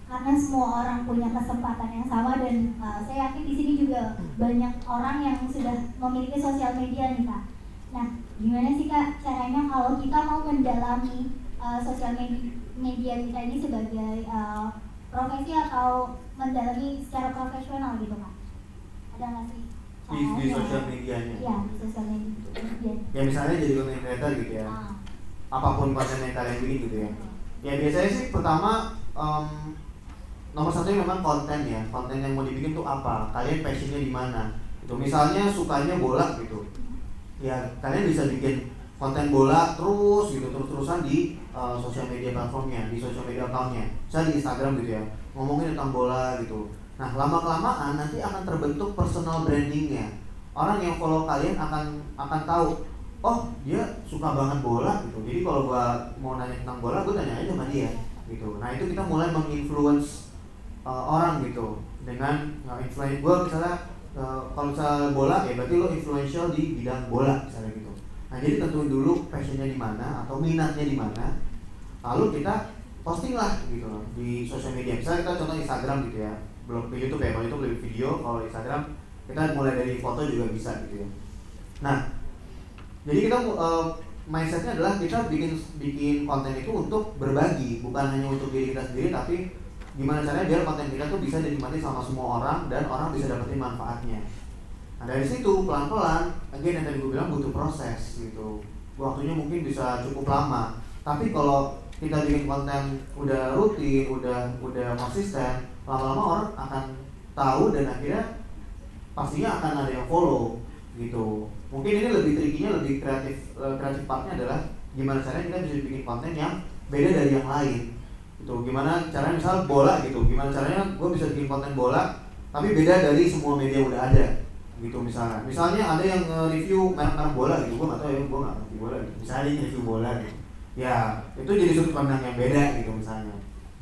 karena semua orang punya kesempatan yang sama dan uh, saya yakin di sini juga banyak orang yang sudah memiliki sosial media nih Kak. Nah, gimana sih Kak caranya kalau kita mau mendalami uh, sosial media, media kita ini sebagai uh, profesi atau mendalami secara profesional gitu Kak? Ada nggak sih? Di, di sosial medianya? Iya, di sosial media. Ya misalnya jadi content creator gitu ya. Ah. Apapun konten yang kalian bikin gitu ya. Ya biasanya sih pertama um, nomor satu memang konten ya. Konten yang mau dibikin tuh apa? Kalian passionnya di mana? Itu misalnya sukanya bola gitu. Ya kalian bisa bikin konten bola terus gitu terus-terusan di uh, sosial media platformnya, di sosial media accountnya. Misalnya di Instagram gitu ya. Ngomongin tentang bola gitu. Nah lama-kelamaan nanti akan terbentuk personal brandingnya. Orang yang follow kalian akan akan tahu, oh dia suka banget bola gitu. Jadi kalau gua mau nanya tentang bola, gua tanya aja sama dia gitu. Nah itu kita mulai menginfluence uh, orang gitu dengan uh, influence. Gua misalnya uh, kalau misalnya bola ya berarti lo influential di bidang bola misalnya gitu. Nah jadi tentuin dulu passionnya di mana atau minatnya di mana. Lalu kita posting lah gitu loh di sosial media. Misalnya kita contoh Instagram gitu ya. Belum ke YouTube ya, kalau YouTube lebih video, kalau Instagram kita mulai dari foto juga bisa gitu ya. Nah jadi kita uh, mindsetnya adalah kita bikin bikin konten itu untuk berbagi, bukan hanya untuk diri kita sendiri, tapi gimana caranya biar konten kita tuh bisa dinikmati sama semua orang dan orang bisa dapetin manfaatnya. Nah dari situ pelan-pelan, again yang tadi gue bilang butuh proses gitu. Waktunya mungkin bisa cukup lama. Tapi kalau kita bikin konten udah rutin, udah udah konsisten, lama-lama orang akan tahu dan akhirnya pastinya akan ada yang follow gitu. Mungkin ini lebih tricky-nya, lebih kreatif, kreatif partnya adalah gimana caranya kita bisa bikin konten yang beda dari yang lain gitu. Gimana caranya misal bola gitu, gimana caranya gue bisa bikin konten bola tapi beda dari semua media udah ada gitu. Misalnya misalnya ada yang nge-review merek-merek bola gitu, gue gak tau ya, gue gak ngerti bola gitu. Misalnya dia nge-review bola gitu, ya itu jadi sudut pandang yang beda gitu misalnya.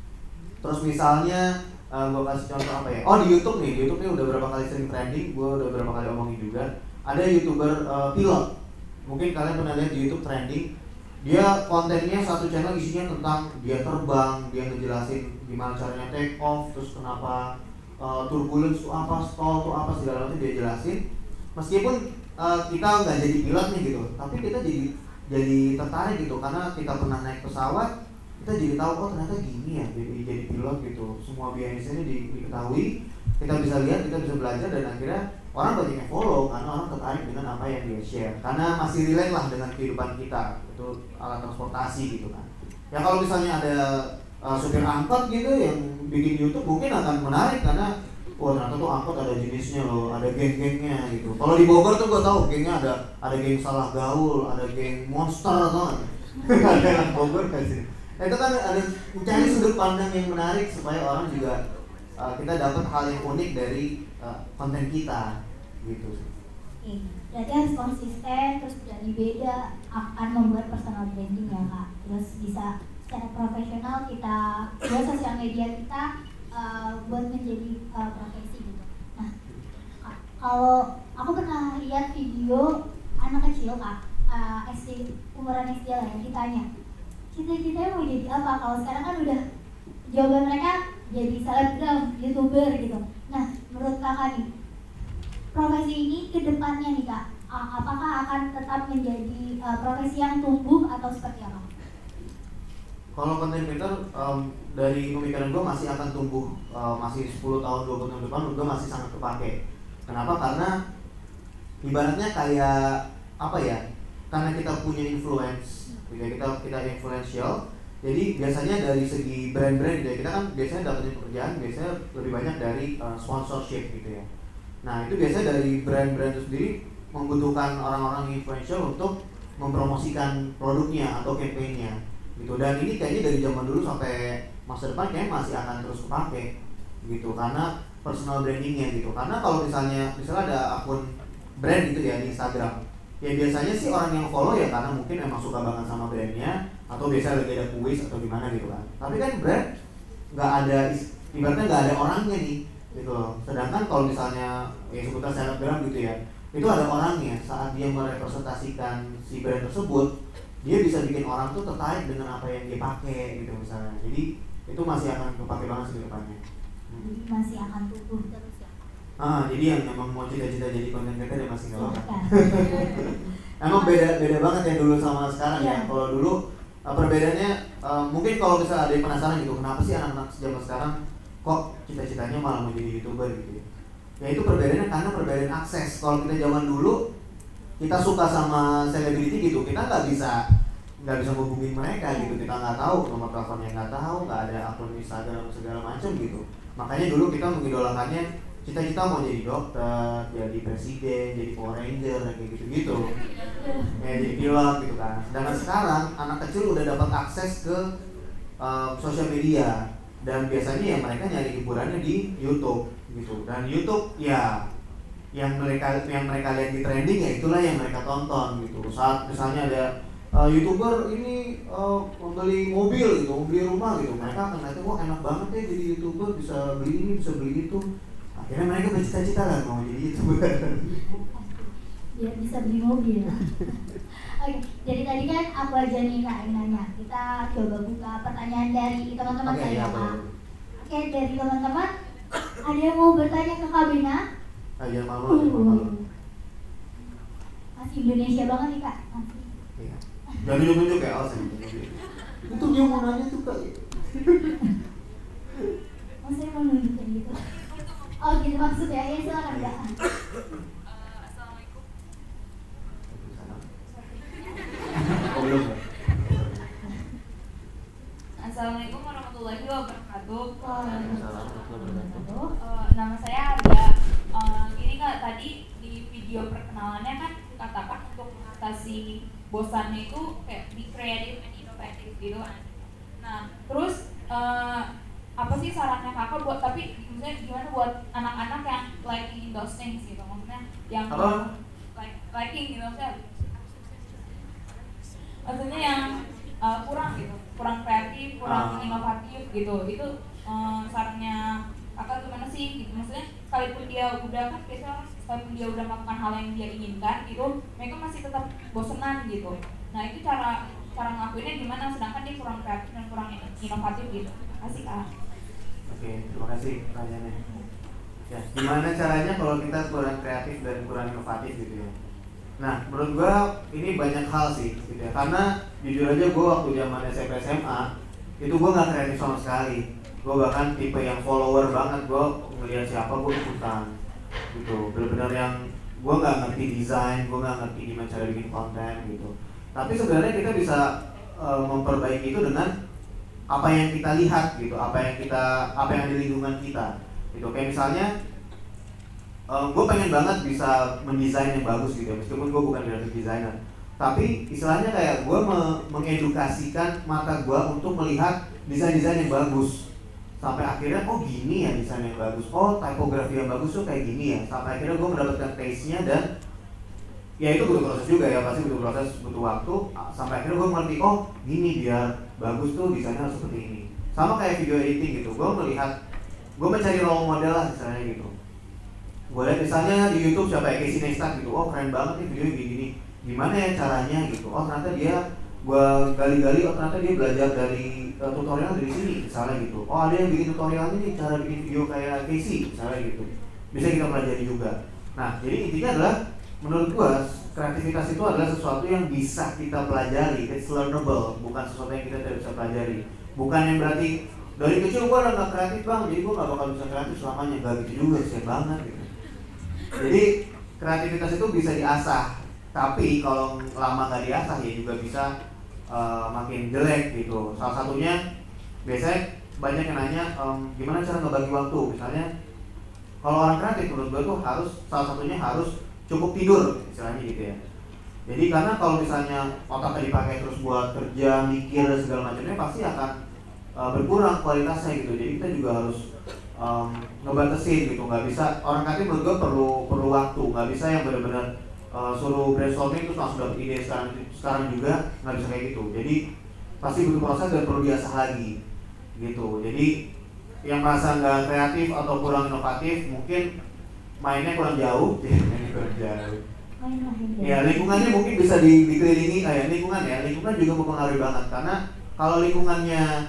Terus misalnya uh, gue kasih contoh apa ya, oh di YouTube nih, di YouTube nih udah berapa kali sering trending, gue udah berapa kali omongin juga. Ada YouTuber uh, pilot, mungkin kalian pernah lihat di YouTube trending. Dia kontennya satu channel isinya tentang dia terbang, dia ngejelasin gimana caranya take off, terus kenapa uh, turbulence itu apa, stall itu apa, segala macam dia jelasin. Meskipun uh, kita nggak jadi pilot nih gitu, tapi kita jadi jadi tertarik gitu karena kita pernah naik pesawat, kita jadi tahu oh ternyata gini ya jadi jadi pilot gitu. Semua biasanya di, diketahui, kita bisa lihat, kita bisa belajar dan akhirnya orang banyak yang follow karena orang tertarik dengan apa yang dia share karena masih relate lah dengan kehidupan kita, itu alat transportasi gitu kan. Ya kalau misalnya ada uh, supir angkot gitu yang bikin YouTube mungkin akan menarik karena wah ternyata tuh angkot ada jenisnya loh, ada geng-gengnya gitu. Kalau di Bogor tuh gue tahu gengnya ada ada geng salah gaul, ada geng monster tuh. Ada Bogor kan sih. Nah, itu kan ada mencari sudut pandang yang menarik supaya orang juga uh, kita dapat hal yang unik dari uh, konten kita gitu. Oke, berarti harus konsisten, terus berani beda akan membuat personal branding ya Kak. Terus bisa secara profesional kita buat sosial media kita uh, buat menjadi uh, profesi gitu. Nah, kalau aku pernah lihat video anak kecil Kak, uh, S D, umuran S D lah ya, ditanya cita-citanya mau jadi apa? Kalau sekarang kan udah jawaban mereka jadi selebgram, youtuber gitu. Nah, menurut kakak nih, profesi ini ke depannya nih Kak, apakah akan tetap menjadi uh, profesi yang tumbuh atau seperti apa? Kalau content creator um, dari pemikiran gue masih akan tumbuh, uh, masih sepuluh tahun, dua puluh tahun depan gue masih sangat kepake. Kenapa? Karena ibaratnya kayak apa ya? Karena kita punya influence, gitu ya, kita kita influential. Jadi biasanya dari segi brand-brand gitu ya, kita kan biasanya dapetin pekerjaan biasanya lebih banyak dari uh, sponsorship gitu ya. Nah itu biasanya dari brand-brand itu sendiri membutuhkan orang-orang influential untuk mempromosikan produknya atau campaign-nya gitu. Dan ini kayaknya dari zaman dulu sampai masa depan kayaknya masih akan terus kepake gitu karena personal brandingnya gitu. Karena kalau misalnya misalnya ada akun brand gitu ya di Instagram, ya biasanya sih orang yang follow ya karena mungkin emang suka banget sama brandnya atau biasanya lagi ada kuis atau gimana gitu kan. Tapi kan brand nggak ada, ibaratnya nggak ada orangnya nih gitu loh. Sedangkan kalau misalnya ya sebutan selebgram gitu ya, itu ada orangnya. Saat dia merepresentasikan si brand tersebut, dia bisa bikin orang tuh tertarik dengan apa yang dia pakai gitu misalnya. Jadi itu masih akan kepake banget sih ke depannya. Hmm. Jadi masih akan tumbuh terus ya. Ah, jadi yang memang mau cita-cita jadi content creator ya masih nggak apa-apa. Emang beda beda banget ya dulu sama sekarang yeah. ya. Kalau dulu uh, perbedaannya uh, mungkin kalau misalnya ada yang penasaran gitu, kenapa sih anak-anak zaman sekarang kok cita-citanya malah mau jadi YouTuber gitu ya. Ya itu perbedaannya karena perbedaan akses. Kalau kita zaman dulu kita suka sama selebriti gitu, kita nggak bisa nggak bisa hubungin mereka gitu, kita nggak tahu nomor teleponnya, nggak tahu, nggak ada akun Instagram segala macam gitu. Makanya dulu kita mengidolakannya, cita-cita mau jadi dokter, jadi presiden, jadi Power Ranger kayak gitu-gitu, ya jadi pilot gitu kan. Sedangkan sekarang anak kecil udah dapat akses ke uh, sosial media dan biasanya ya mereka nyari hiburannya di YouTube gitu. Dan YouTube ya yang mereka yang mereka lihat di trending ya itulah yang mereka tonton gitu. Saat misalnya ada uh, YouTuber ini uh, membeli mobil gitu, membeli rumah gitu, mereka akan lihat, wah enak banget ya jadi YouTuber, bisa beli ini, bisa beli itu. Akhirnya mereka bercita-cita lah mau jadi YouTuber. Ya bisa beli mobil. Oke, jadi tadi kan aku aja nih Kak yang nanya. Kita coba buka pertanyaan dari teman-teman okay, saya ya, Kak. Oke, dari teman-teman ada yang mau bertanya ke Kak Bina? Aja malu, malu. Masih Indonesia banget nih Kak. Masih. Iya. Jangan tunjuk-tunjuk ya, awas. Itu dia mau nanya tuh Kak. Oh saya mau nunjukin gitu. Oh gitu maksudnya, ya silakan Kak. Assalamualaikum. Oh belum ya? Assalamualaikum warahmatullahi wabarakatuh. Waalaikumsalam. Uh, nama saya Arya. Uh, gini Kak, tadi di video perkenalannya kan katakan untuk mengatasi bosannya itu kayak be creative and innovative gitu kan. Nah, terus uh, apa sih sarannya Kakak buat, tapi maksudnya gimana buat anak-anak yang liking those things gitu, maksudnya yang apa? like liking gitu, maksudnya maksudnya yang uh, kurang gitu, kurang kreatif, kurang ah. inovatif gitu. Itu uh, sarannya Kakak gimana sih gitu, maksudnya sekalipun dia udah kan biasanya sekalipun dia udah melakukan hal yang dia inginkan gitu, mereka masih tetap bosenan gitu. Nah itu cara cara ngelakuinnya gimana, sedangkan dia kurang kreatif dan kurang inovatif gitu. Kasih Kak. Oke, terima kasih pertanyaannya. Ya, gimana caranya kalau kita kurang kreatif dan kurang inovatif gitu ya? Nah, menurut gua ini banyak hal sih gitu ya. Karena jujur aja gua waktu zaman S M P S M A itu gua nggak kreatif sama sekali. Gua bahkan tipe yang follower banget, gua ngelihat siapa gua ikutan gitu. Benar-benar yang gua nggak ngerti desain, gua nggak ngerti gimana cara bikin konten gitu. Tapi sebenarnya kita bisa uh, memperbaiki itu dengan apa yang kita lihat gitu, apa yang kita apa yang ada di lingkungan kita gitu. Kayak misalnya um, gue pengen banget bisa mendesain yang bagus gitu, meskipun gue bukan graphic designer, tapi istilahnya kayak gue me- mengedukasikan mata gue untuk melihat desain-desain yang bagus, sampai akhirnya oh gini ya desain yang bagus, oh tipografi yang bagus tuh kayak gini ya, sampai akhirnya gue mendapatkan taste-nya. Dan ya itu butuh proses juga ya, pasti butuh proses, butuh waktu, sampai akhirnya gue ngerti oh gini biar bagus tuh desainnya harus seperti ini. Sama kayak video editing gitu, gue melihat, gue mencari role model lah misalnya gitu. Gue lihat misalnya di YouTube siapa ya, Casey Neistat gitu, oh keren banget nih videonya gini, gimana ya caranya gitu. Oh ternyata dia, gue gali-gali, oh ternyata dia belajar dari uh, tutorial dari sini misalnya gitu. Oh ada yang bikin tutorialnya nih, cara bikin video kayak Casey misalnya gitu, bisa kita pelajari juga. Nah jadi intinya adalah menurut gue kreativitas itu adalah sesuatu yang bisa kita pelajari, it's learnable, bukan sesuatu yang kita tidak bisa pelajari. Bukan yang berarti dari kecil gue udah gak kreatif bang, jadi gue gak bakal bisa kreatif selamanya. Gak gitu juga, siap banget gitu. Jadi kreativitas itu bisa diasah, tapi kalau lama gak diasah ya juga bisa uh, makin jelek gitu. Salah satunya biasanya banyak yang nanya um, gimana cara ngebagi waktu. Misalnya kalau orang kreatif menurut gue tuh harus, salah satunya harus cukup tidur istilahnya gitu ya. Jadi karena kalau misalnya otaknya dipakai terus buat kerja, mikir dan segala macamnya, pasti akan uh, berkurang kualitasnya gitu. Jadi kita juga harus um, ngebatasin gitu. Nggak bisa, orang kreatif menurut gue perlu perlu waktu. Nggak bisa yang benar-benar uh, suruh brainstorming terus langsung dapet ide sekarang sekarang juga, nggak bisa kayak gitu. Jadi pasti butuh proses dan perlu diasah lagi gitu. Jadi yang merasa nggak kreatif atau kurang inovatif mungkin mainnya kurang jauh, mainnya kurang jauh. Ya lingkungannya mungkin bisa di, dikelilingi, kayak lingkungan ya, lingkungan juga mempengaruhi banget. Karena kalau lingkungannya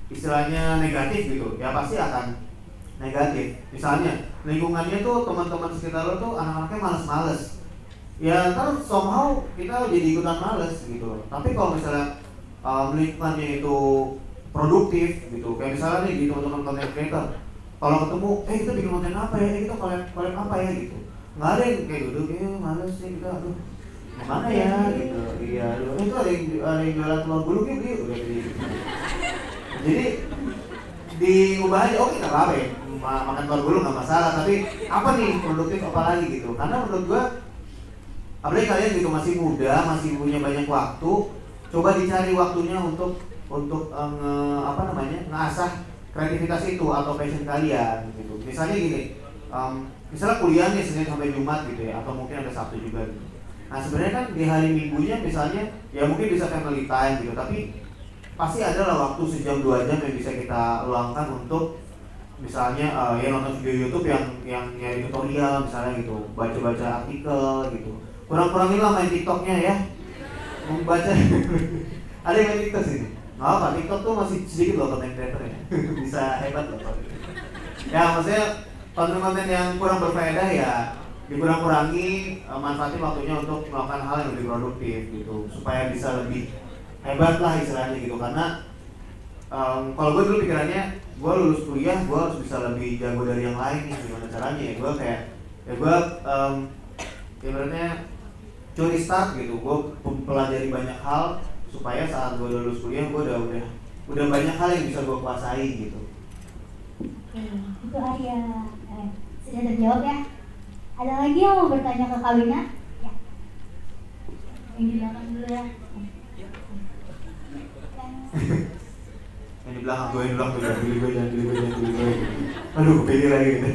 istilahnya negatif gitu, ya pasti akan negatif. Misalnya lingkungannya tuh teman-teman sekitar lo tuh anak-anaknya males-males, ya ntar somehow kita jadi ikutan males gitu. Tapi kalau misalnya um, lingkungannya itu produktif gitu, kayak misalnya nih di teman-teman content creator, kalau ketemu, eh kita bikin konten apa ya, eh kita collab collab apa ya gitu, nggak ada yang kayak duduk, eh males sih kita, aduh mana ya gitu, iya, aduh, eh itu ada yang ada yang jualan telur gulung ya beli, udah gitu. Jadi diubah aja, oke nggak apa-apa ya, makan telur gulung nggak masalah, tapi apa nih produktif apa lagi gitu, karena menurut gua, apalagi kalian gitu masih muda, masih punya banyak waktu, coba dicari waktunya untuk untuk uh, nge, apa namanya ngasah kreativitas itu atau passion kalian gitu. Misalnya gini, um, misalnya kuliah nih Senin sampai Jumat gitu ya, atau mungkin ada Sabtu juga gitu. Nah sebenarnya kan di hari Minggunya misalnya ya mungkin bisa family time gitu, tapi pasti ada lah waktu sejam dua jam yang bisa kita luangkan untuk misalnya uh, ya nonton video YouTube yang yang nyari tutorial misalnya gitu, baca-baca artikel gitu. Kurang-kurangin lah main TikToknya ya, membaca. Ada yang main TikTok sini? Nggak apa, TikTok tuh masih sedikit loh konten creatornya, bisa hebat loh. Ya maksudnya konten-konten yang kurang berfaedah ya dikurang-kurangi, manfaatin waktunya untuk melakukan hal yang lebih produktif gitu, supaya bisa lebih hebat lah istilahnya gitu. Karena um, kalau gue dulu pikirannya, gue lulus kuliah, gue harus bisa lebih jago dari yang lain nih, gimana caranya ya, gue kayak ya gue um, ibaratnya curi start gitu, gue pelajari banyak hal supaya saat gue lulus kuliah gue udah udah udah banyak hal yang bisa gue kuasai gitu. Oke, itu Arya. Eh, sudah terjawab ya. Ada lagi yang mau bertanya ke Kak Wina? Ya. Yang di belakang dulu ya. Yang di belakang gue yang di belakang tuh jangan pilih gue, jangan pilih gue, jangan pilih gue. Aduh, kepilih lagi gitu.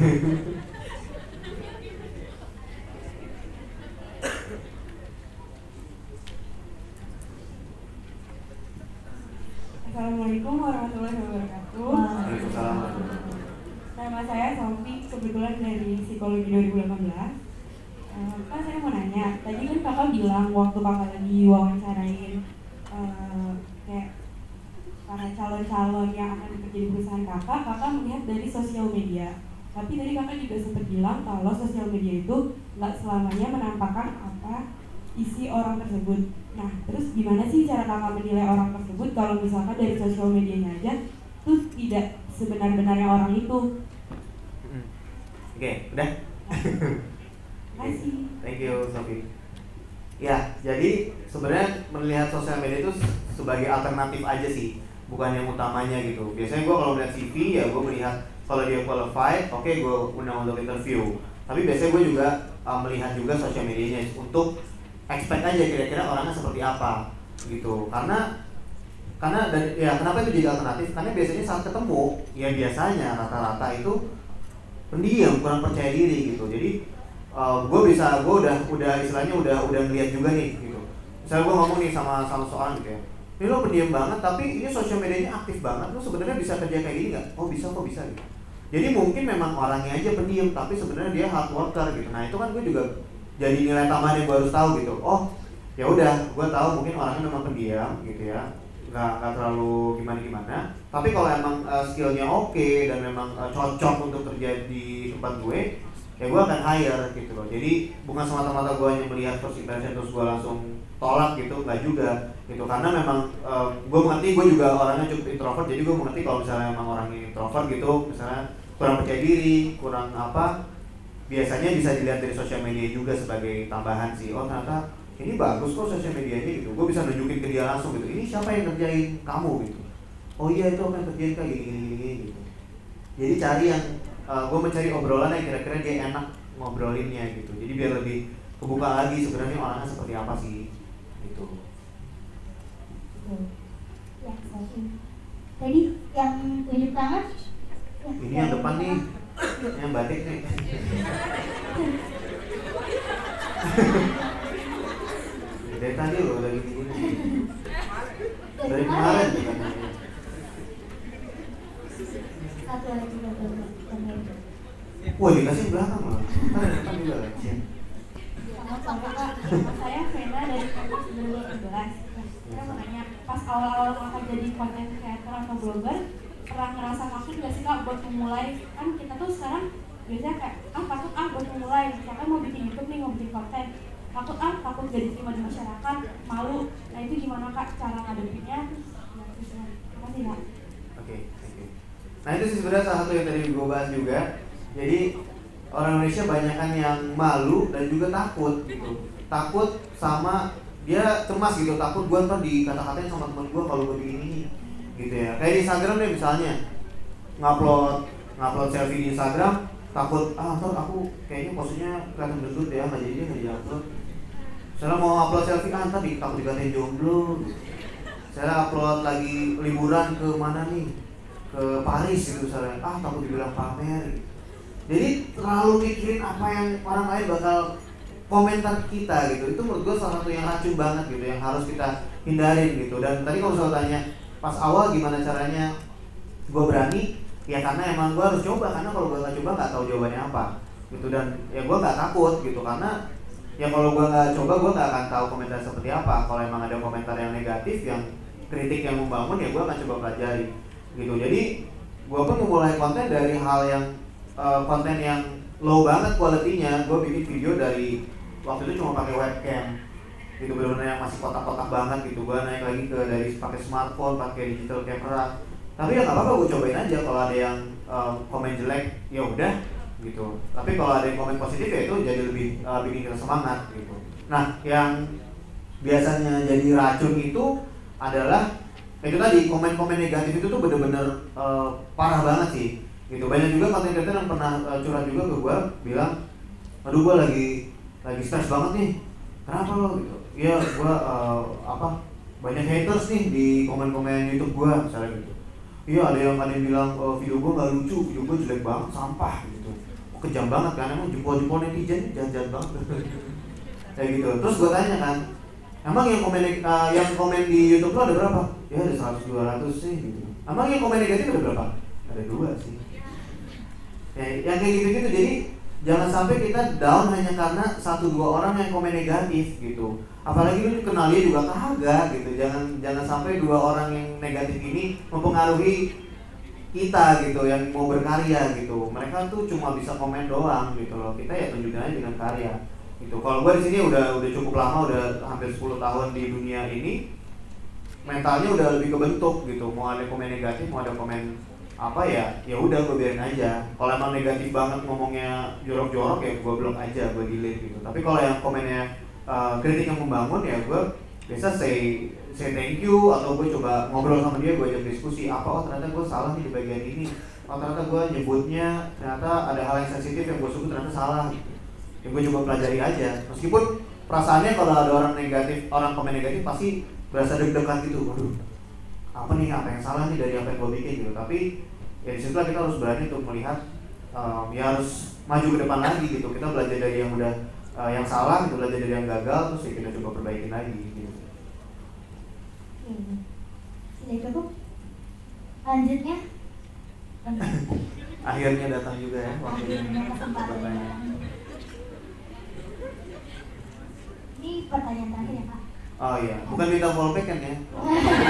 Assalamualaikum warahmatullahi wabarakatuh. Waalaikumsalam. Nama saya Sofi, kebetulan dari Psikologi dua ribu delapan belas. Uh, Pak, saya mau nanya, tadi kan kakak bilang waktu kakak lagi wawancarain uh, kayak para calon-calon yang akan bekerja di perusahaan kakak, kakak melihat dari sosial media. Tapi tadi kakak juga sempat bilang kalau sosial media itu nggak selamanya menampakkan apa isi orang tersebut. Nah, terus gimana sih cara kakak menilai orang tersebut kalau misalkan dari sosial medianya aja tuh tidak sebenar-benarnya orang itu? Oke, okay, udah. Makasih. Thank you, Sofi. Ya, jadi sebenarnya melihat sosial media itu sebagai alternatif aja sih, bukan yang utamanya gitu. Biasanya gue kalau melihat C V ya gue melihat kalau dia qualified, oke okay, gue undang untuk interview. Tapi biasanya gue juga uh, melihat juga sosial medianya untuk expect aja kira-kira orangnya seperti apa gitu. Karena karena dari, ya kenapa itu jadi alternatif? Karena biasanya saat ketemu ya biasanya rata-rata itu pendiam, kurang percaya diri gitu. Jadi uh, gue bisa, gue udah udah istilahnya udah udah ngeliat juga nih gitu. Misalnya gue ngomong nih sama sama seorang gitu ya, ini lo pendiam banget tapi ini sosial medianya aktif banget, lo sebenarnya bisa kerja kayak gini nggak? Oh bisa, kok bisa gitu. Jadi mungkin memang orangnya aja pendiam tapi sebenarnya dia hard worker gitu. Nah itu kan gue juga jadi nilai tambahan yang gue harus tahu gitu. Oh ya udah, gue tahu mungkin orangnya memang pendiam gitu ya, nggak nggak terlalu gimana gimana. Tapi kalau emang uh, skillnya oke okay, dan memang uh, cocok untuk kerja di tempat gue, ya gue akan hire gitu loh. Jadi bukan semata-mata gue hanya melihat first impression terus gue langsung tolak gitu, nggak juga gitu. Karena memang uh, gue mengerti, gue juga orangnya cukup introvert, jadi gue mengerti kalau misalnya emang orangnya introvert gitu, misalnya kurang percaya diri, kurang apa, biasanya bisa dilihat dari sosial media juga sebagai tambahan sih. Oh ternyata ini bagus kok sosial medianya gitu, gue bisa nunjukin ke dia langsung gitu, ini siapa yang kerjain kamu gitu. Oh iya itu apa yang kerjain kayak gini gini gini gitu. Jadi cari yang uh, gue mencari obrolan yang kira-kira dia enak ngobrolinnya gitu. Jadi biar lebih kebuka lagi sebenarnya orangnya seperti apa sih gitu. Ya, Sofi. Tadi yang tunjuk tangan? Ya, ini yang depan nih, yang batik nih. Dari tadi loh, dari gini. Dari kemarin. Satu lagi bapak. Wah dikasih belakang loh. Kan depan juga kan. Sama-sama Kak. Nama saya Vena dari kampus dua ribu delapan belas. Saya mau nanya, pas awal-awal kakak jadi content creator atau blogger, pernah ngerasa takut gak sih Kak buat memulai? Kan kita tuh sekarang biasanya kayak ah takut ah buat memulai, misalkan mau bikin YouTube nih, mau bikin konten, takut ah takut gak diterima di masyarakat, malu. Nah itu gimana Kak cara ngadepinnya? Terus ya, terima kasih Kak. Oke, thank you. Nah itu sih sebenarnya salah satu yang tadi gue bahas juga. Jadi orang Indonesia banyak kan yang malu dan juga takut gitu. Takut sama dia cemas gitu, takut gue ntar dikata-katain sama teman gue kalau gue bikin ini gitu ya. Kayak di Instagram deh misalnya, ngupload ngupload selfie di Instagram, takut ah ntar aku kayaknya posenya kelihatan gendut ya, nggak jadi nggak diupload. Misalnya mau upload selfie kan tadi takut dikatain jomblo. Saya upload lagi liburan ke mana nih, ke Paris gitu misalnya, ah takut dibilang pamer. Jadi terlalu mikirin apa yang orang lain bakal komentar kita gitu. Itu menurut gue salah satu yang racun banget gitu, yang harus kita hindarin gitu. Dan tadi kalau misalnya tanya pas awal gimana caranya gue berani, ya karena emang gue harus coba, karena kalau gue nggak coba nggak tahu jawabannya apa gitu. Dan ya gue nggak takut gitu, karena ya kalau gue nggak coba gue nggak akan tahu komentar seperti apa. Kalau emang ada komentar yang negatif, yang kritik yang membangun, ya gue akan coba pelajari gitu. Jadi gue pun memulai konten dari hal yang uh, konten yang low banget kualitinya. Gue bikin video dari waktu itu cuma pakai webcam gitu, benar-benar yang masih kotak-kotak banget gitu. Gue naik lagi ke dari pakai smartphone, pakai digital camera. Tapi ya nggak apa-apa, gue cobain aja. Kalau ada yang uh, komen jelek, ya udah gitu. Tapi kalau ada yang komen positif, ya itu jadi lebih uh, bikin kita semangat gitu. Nah, yang biasanya jadi racun itu adalah itu tadi, komen-komen negatif itu tuh bener-bener uh, parah banget sih gitu. Banyak juga konten kreator yang pernah uh, curhat juga ke gue, bilang aduh gue lagi lagi stres banget nih, kenapa lo gitu. Iya gue uh, apa banyak haters nih di komen-komen YouTube gue misalnya gitu. Iya ada yang ada yang bilang oh, video gue nggak lucu, video gue jelek banget, sampah gitu. Oh, kejam banget kan, emang jempol-jempol netizen jahat-jahat banget kayak gitu. Terus gue tanya kan, emang yang komen uh, yang komen di YouTube lo ada berapa? Ya ada seratus dua ratus sih gitu. Emang yang komen negatif ada berapa? Ada dua sih. Ya, yang kayak gitu-gitu. Jadi jangan sampai kita down hanya karena satu dua orang yang komen negatif gitu. Apalagi lu kenal dia juga kagak gitu. Jangan jangan sampai dua orang yang negatif ini mempengaruhi kita gitu, yang mau berkarya gitu. Mereka tuh cuma bisa komen doang gitu loh. Kita ya tunjukin aja dengan karya gitu. Kalau gue di sini udah udah cukup lama, udah hampir sepuluh tahun di dunia ini, mentalnya udah lebih kebentuk gitu. Mau ada komen negatif, mau ada komen apa ya, ya udah gue biarin aja. Kalau emang negatif banget ngomongnya jorok-jorok, ya gue blok aja, gue delete gitu. Tapi kalau yang komennya uh, kritik yang membangun, ya gue biasa say say thank you, atau gue coba ngobrol sama dia, gue ajak diskusi apa, oh ternyata gue salah nih di bagian ini, oh ternyata gue nyebutnya ternyata ada hal yang sensitif yang gue sebut ternyata salah gitu. Ya gue coba pelajari aja. Meskipun perasaannya kalau ada orang negatif, orang komen negatif pasti berasa deg-degan gitu. Waduh, apa nih, apa yang salah nih dari apa yang gue bikin gitu. Tapi ya disitulah kita harus berani untuk melihat, um, ya harus maju ke depan lagi gitu. Kita belajar dari yang udah uh, yang salah, gitu, belajar dari yang gagal, terus ya kita coba perbaikin lagi gitu. Hmm. Sudah cukup? Lanjutnya? Akhirnya datang juga ya waktunya Akhirnya kesempatan bertanya. Ini pertanyaan terakhir ya Pak. Oh iya, bukan minta fallback kan ya? Oh.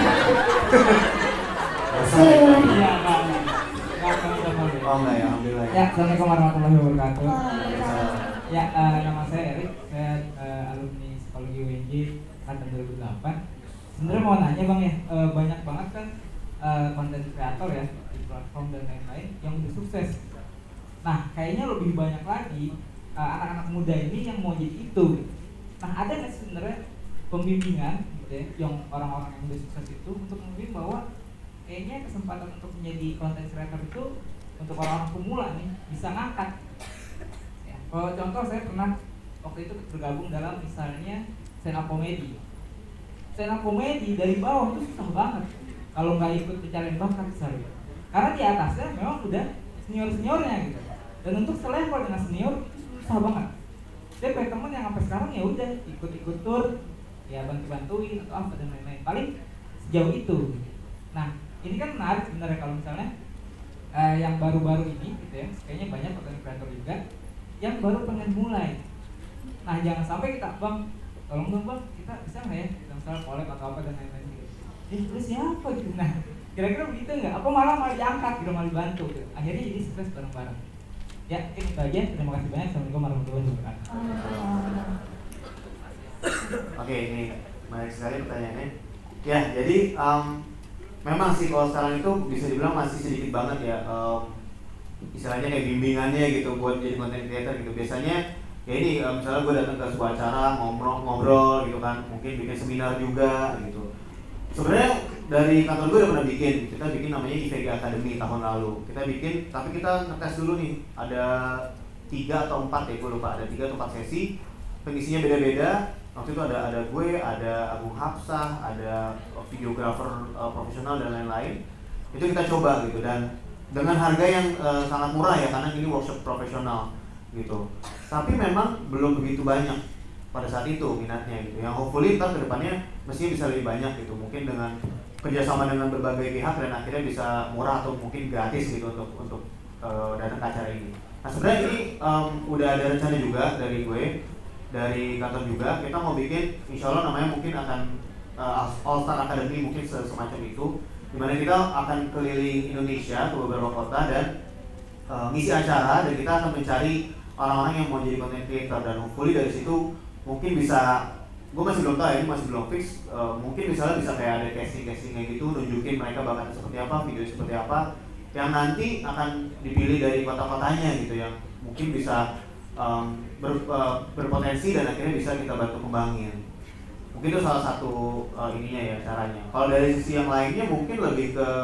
Iya, enggak, enggak. Oh enggak ya, alhamdulillah. Ya, assalamualaikum warahmatullahi wabarakatuh. Oh, Ya, uh, nama saya Erik, saya uh, alumni psikologi U N J angkatan dua ribu delapan. Sebenarnya mau nanya bang ya, uh, banyak banget kan konten uh, kreator ya di platform dan lain-lain yang udah sukses. Nah, kayaknya lebih banyak lagi uh, anak-anak muda ini yang mau jadi itu. Nah, ada nggak sebenarnya pembimbingan gitu ya, yang orang-orang yang udah sukses itu untuk membimbing bahwa kayaknya kesempatan untuk menjadi content creator itu untuk orang-orang pemula nih bisa ngangkat. Ya, kalau contoh saya pernah waktu itu bergabung dalam misalnya stand up comedy. Stand up comedy dari bawah itu susah banget kalau nggak ikut pencarian bakat saya. Karena di atasnya memang udah senior-seniornya gitu. Dan untuk selevel dengan senior itu susah banget. Saya punya temen yang sampai sekarang ya udah ikut-ikut tour, ya bantu-bantuin atau apa dan lain-lain. Paling sejauh itu. Nah, ini kan menarik sebenarnya kalau misalnya eh, yang baru-baru ini gitu ya, kayaknya banyak content creator juga yang baru pengen mulai. Nah, jangan sampai kita, bang, tolong dong bang, kita bisa nggak ya kita misalnya collab atau apa dan lain-lain gitu. Eh, terus siapa gitu? Nah, Kira-kira begitu nggak? Apa malah malah diangkat gitu, malah dibantu gitu. Akhirnya jadi sukses bareng-bareng. Ya, itu aja. Terima kasih banyak. Assalamualaikum warahmatullahi wabarakatuh. Oke, ini menarik sekali pertanyaannya. Ya, jadi um, memang sih kalau sekarang itu bisa dibilang masih sedikit banget ya um, istilahnya kayak bimbingannya gitu buat jadi content creator gitu. Biasanya ya ini um, misalnya gue datang ke sebuah acara ngobrol-ngobrol gitu kan, mungkin bikin seminar juga gitu. Sebenarnya dari kantor gue udah pernah bikin, kita bikin namanya I V G Academy tahun lalu. Kita bikin, tapi kita ngetes dulu nih, ada tiga atau empat ya, gue lupa, ada tiga atau empat sesi, pengisinya beda-beda. Waktu itu ada ada gue, ada Agung Hapsah, ada videografer uh, profesional dan lain-lain. Itu kita coba gitu, dan dengan harga yang uh, sangat murah ya, karena ini workshop profesional gitu. Tapi memang belum begitu banyak pada saat itu minatnya gitu. Yang hopefully ntar kedepannya mestinya bisa lebih banyak gitu. Mungkin dengan kerjasama dengan berbagai pihak dan akhirnya bisa murah atau mungkin gratis gitu untuk untuk uh, datang ke acara ini. Nah sebenarnya ini um, udah ada rencana juga dari gue, dari kantor juga. Kita mau bikin, insya Allah namanya mungkin akan uh, All Star Academy, mungkin semacam itu, dimana kita akan keliling Indonesia ke beberapa kota dan uh, ngisi acara, dan kita akan mencari orang-orang yang mau jadi content creator, dan hopefully dari situ mungkin bisa, gue masih belum tahu ya, ini masih belum fix, uh, mungkin misalnya bisa kayak ada casting-casting kayak gitu, nunjukin mereka bakal seperti apa, video seperti apa, yang nanti akan dipilih dari kota-kotanya gitu, yang mungkin bisa um, ber, uh, berpotensi dan akhirnya bisa kita bantu kembangin. Mungkin itu salah satu uh, ininya ya caranya. Kalau dari sisi yang lainnya mungkin lebih ke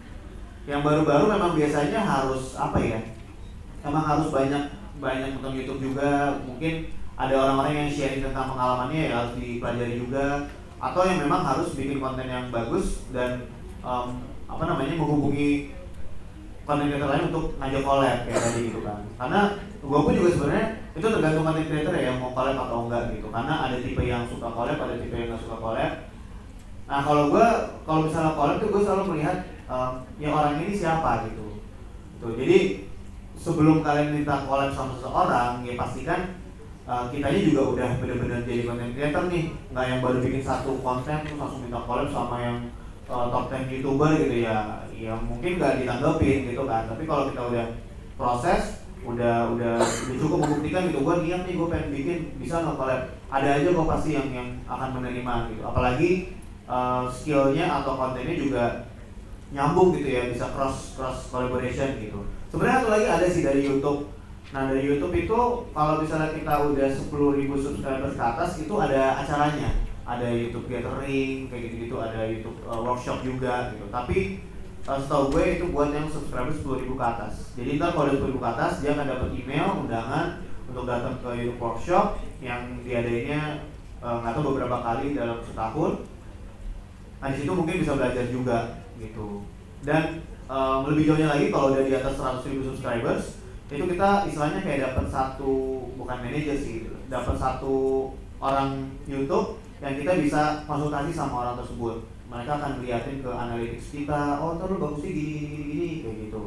yang baru-baru, memang biasanya harus apa ya? Memang harus banyak banyak nonton YouTube juga, mungkin ada orang-orang yang sharing tentang pengalamannya ya harus dipelajari juga, atau yang memang harus bikin konten yang bagus dan um, apa namanya menghubungi content creator lain untuk ngajak collab kayak tadi gitu kan. Karena gue pun juga sebenarnya itu tergantung content creator ya, mau collab atau enggak gitu. Karena ada tipe yang suka collab, ada tipe yang nggak suka collab. Nah kalau gue kalau misalnya collab tuh gue selalu melihat um, ya orang ini siapa gitu. Tuh, jadi sebelum kalian minta collab sama seseorang ya pastikan Uh, kitanya juga udah benar-benar jadi content creator nih, nggak yang baru bikin satu konten terus langsung minta collab sama yang uh, top sepuluh youtuber gitu ya, ya mungkin nggak ditanggepin gitu kan. Tapi kalau kita udah proses, udah udah udah cukup membuktikan gitu, gue niat nih gue pengen bikin, bisa nggak collab, ada aja kok pasti yang yang akan menerima gitu. Apalagi uh, skillnya atau kontennya juga nyambung gitu ya, bisa cross cross collaboration gitu. Sebenarnya satu lagi ada sih dari YouTube. Nah dari YouTube itu kalau misalnya kita udah sepuluh ribu subscribers ke atas itu ada acaranya, ada YouTube gathering kayak gitu-gitu, ada YouTube uh, workshop juga gitu. Tapi uh, setahu gue itu buat yang subscribers sepuluh ribu ke atas. Jadi ntar kalau udah sepuluh ribu ke atas dia akan dapat email undangan untuk datang ke YouTube workshop yang diadainnya nggak uh, tahu beberapa kali dalam setahun. Nah di situ mungkin bisa belajar juga gitu. Dan um, lebih jauhnya lagi kalau udah di atas seratus ribu subscribers itu kita istilahnya kayak dapat satu, bukan manajer sih, dapat satu orang YouTube yang kita bisa konsultasi sama orang tersebut. Mereka akan ngeliatin ke analytics kita, oh terus bagusnya gini gini gini kayak gitu.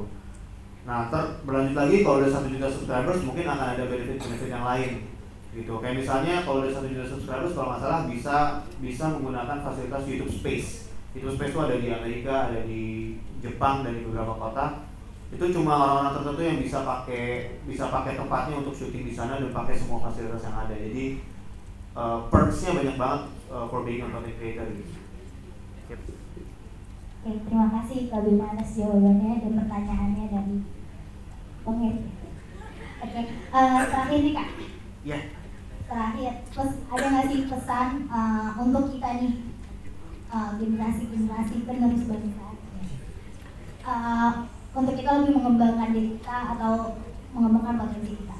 Nah ter berlanjut lagi kalau udah satu juta subscribers mungkin akan ada benefit-benefit yang lain gitu. Kayak misalnya kalau udah satu juta subscribers kalau nggak salah bisa bisa menggunakan fasilitas YouTube Space. YouTube Space itu ada di Amerika, ada di Jepang dan di beberapa kota. Itu cuma orang-orang tertentu yang bisa pakai bisa pakai tempatnya untuk syuting di sana dan pakai semua fasilitas yang ada. Jadi uh, perks-nya banyak banget uh, for being a content creator gitu. Yep. Oke, terima kasih Kak Bima atas jawabannya dan pertanyaannya dari Pengir. Oke, uh, terakhir nih Kak. Iya. Yeah. Terakhir, terus ada nggak sih pesan uh, untuk kita nih uh, generasi-generasi penerus bangsa? Uh, untuk kita lebih mengembangkan diri kita atau mengembangkan potensi kita.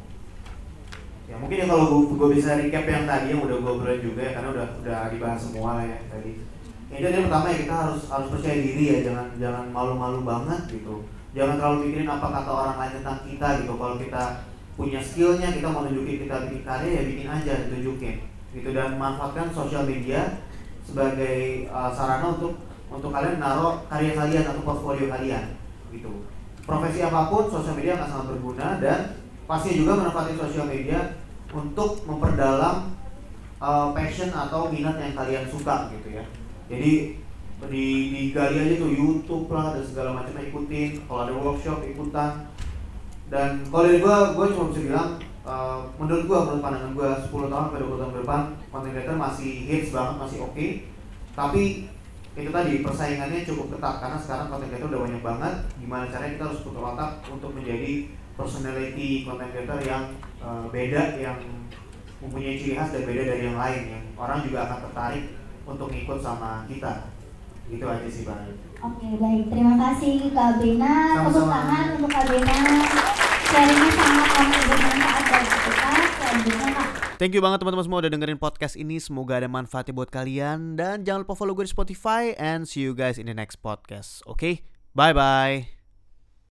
Ya mungkin ya kalau gue bisa recap yang tadi yang udah gue obrolin juga ya, karena udah udah dibahas semua lah ya tadi. Yang jadi pertama ya kita harus harus percaya diri ya, jangan jangan malu-malu banget gitu. Jangan terlalu mikirin apa kata orang lain tentang kita gitu. Kalau kita punya skillnya, kita mau nunjukin kita bikin karya ya bikin aja, ditunjukin gitu. Dan manfaatkan sosial media sebagai uh, sarana untuk untuk kalian menaruh karya kalian atau portfolio kalian gitu. Profesi apapun sosial media akan sangat berguna, dan pasti juga manfaatin sosial media untuk memperdalam uh, passion atau minat yang kalian suka gitu ya. Jadi di digali aja tuh YouTube lah dan segala macam, ikutin. Kalau ada workshop ikutan. Dan kalau dari gue, gue cuma bisa bilang uh, menurut gue, menurut pandangan gue sepuluh tahun sampai dua puluh tahun ke depan content creator masih hits banget, masih oke. Okay. Tapi itu tadi persaingannya cukup ketat karena sekarang content creator udah banyak banget. Gimana caranya kita harus putar otak untuk menjadi personality content creator yang uh, beda, yang mempunyai ciri khas dan beda dari yang lain, yang orang juga akan tertarik untuk ngikut sama kita. Gitu aja sih Pak. Oke, baik. Terima kasih Kak Bena. Tepuk tangan untuk Kak Bena. Sharingnya sangat amat bermanfaat bagi kita. Selanjutnya Kak. Thank you banget teman-teman semua udah dengerin podcast ini. Semoga ada manfaatnya buat kalian. Dan jangan lupa follow gue di Spotify. And see you guys in the next podcast. Oke, okay? Bye-bye.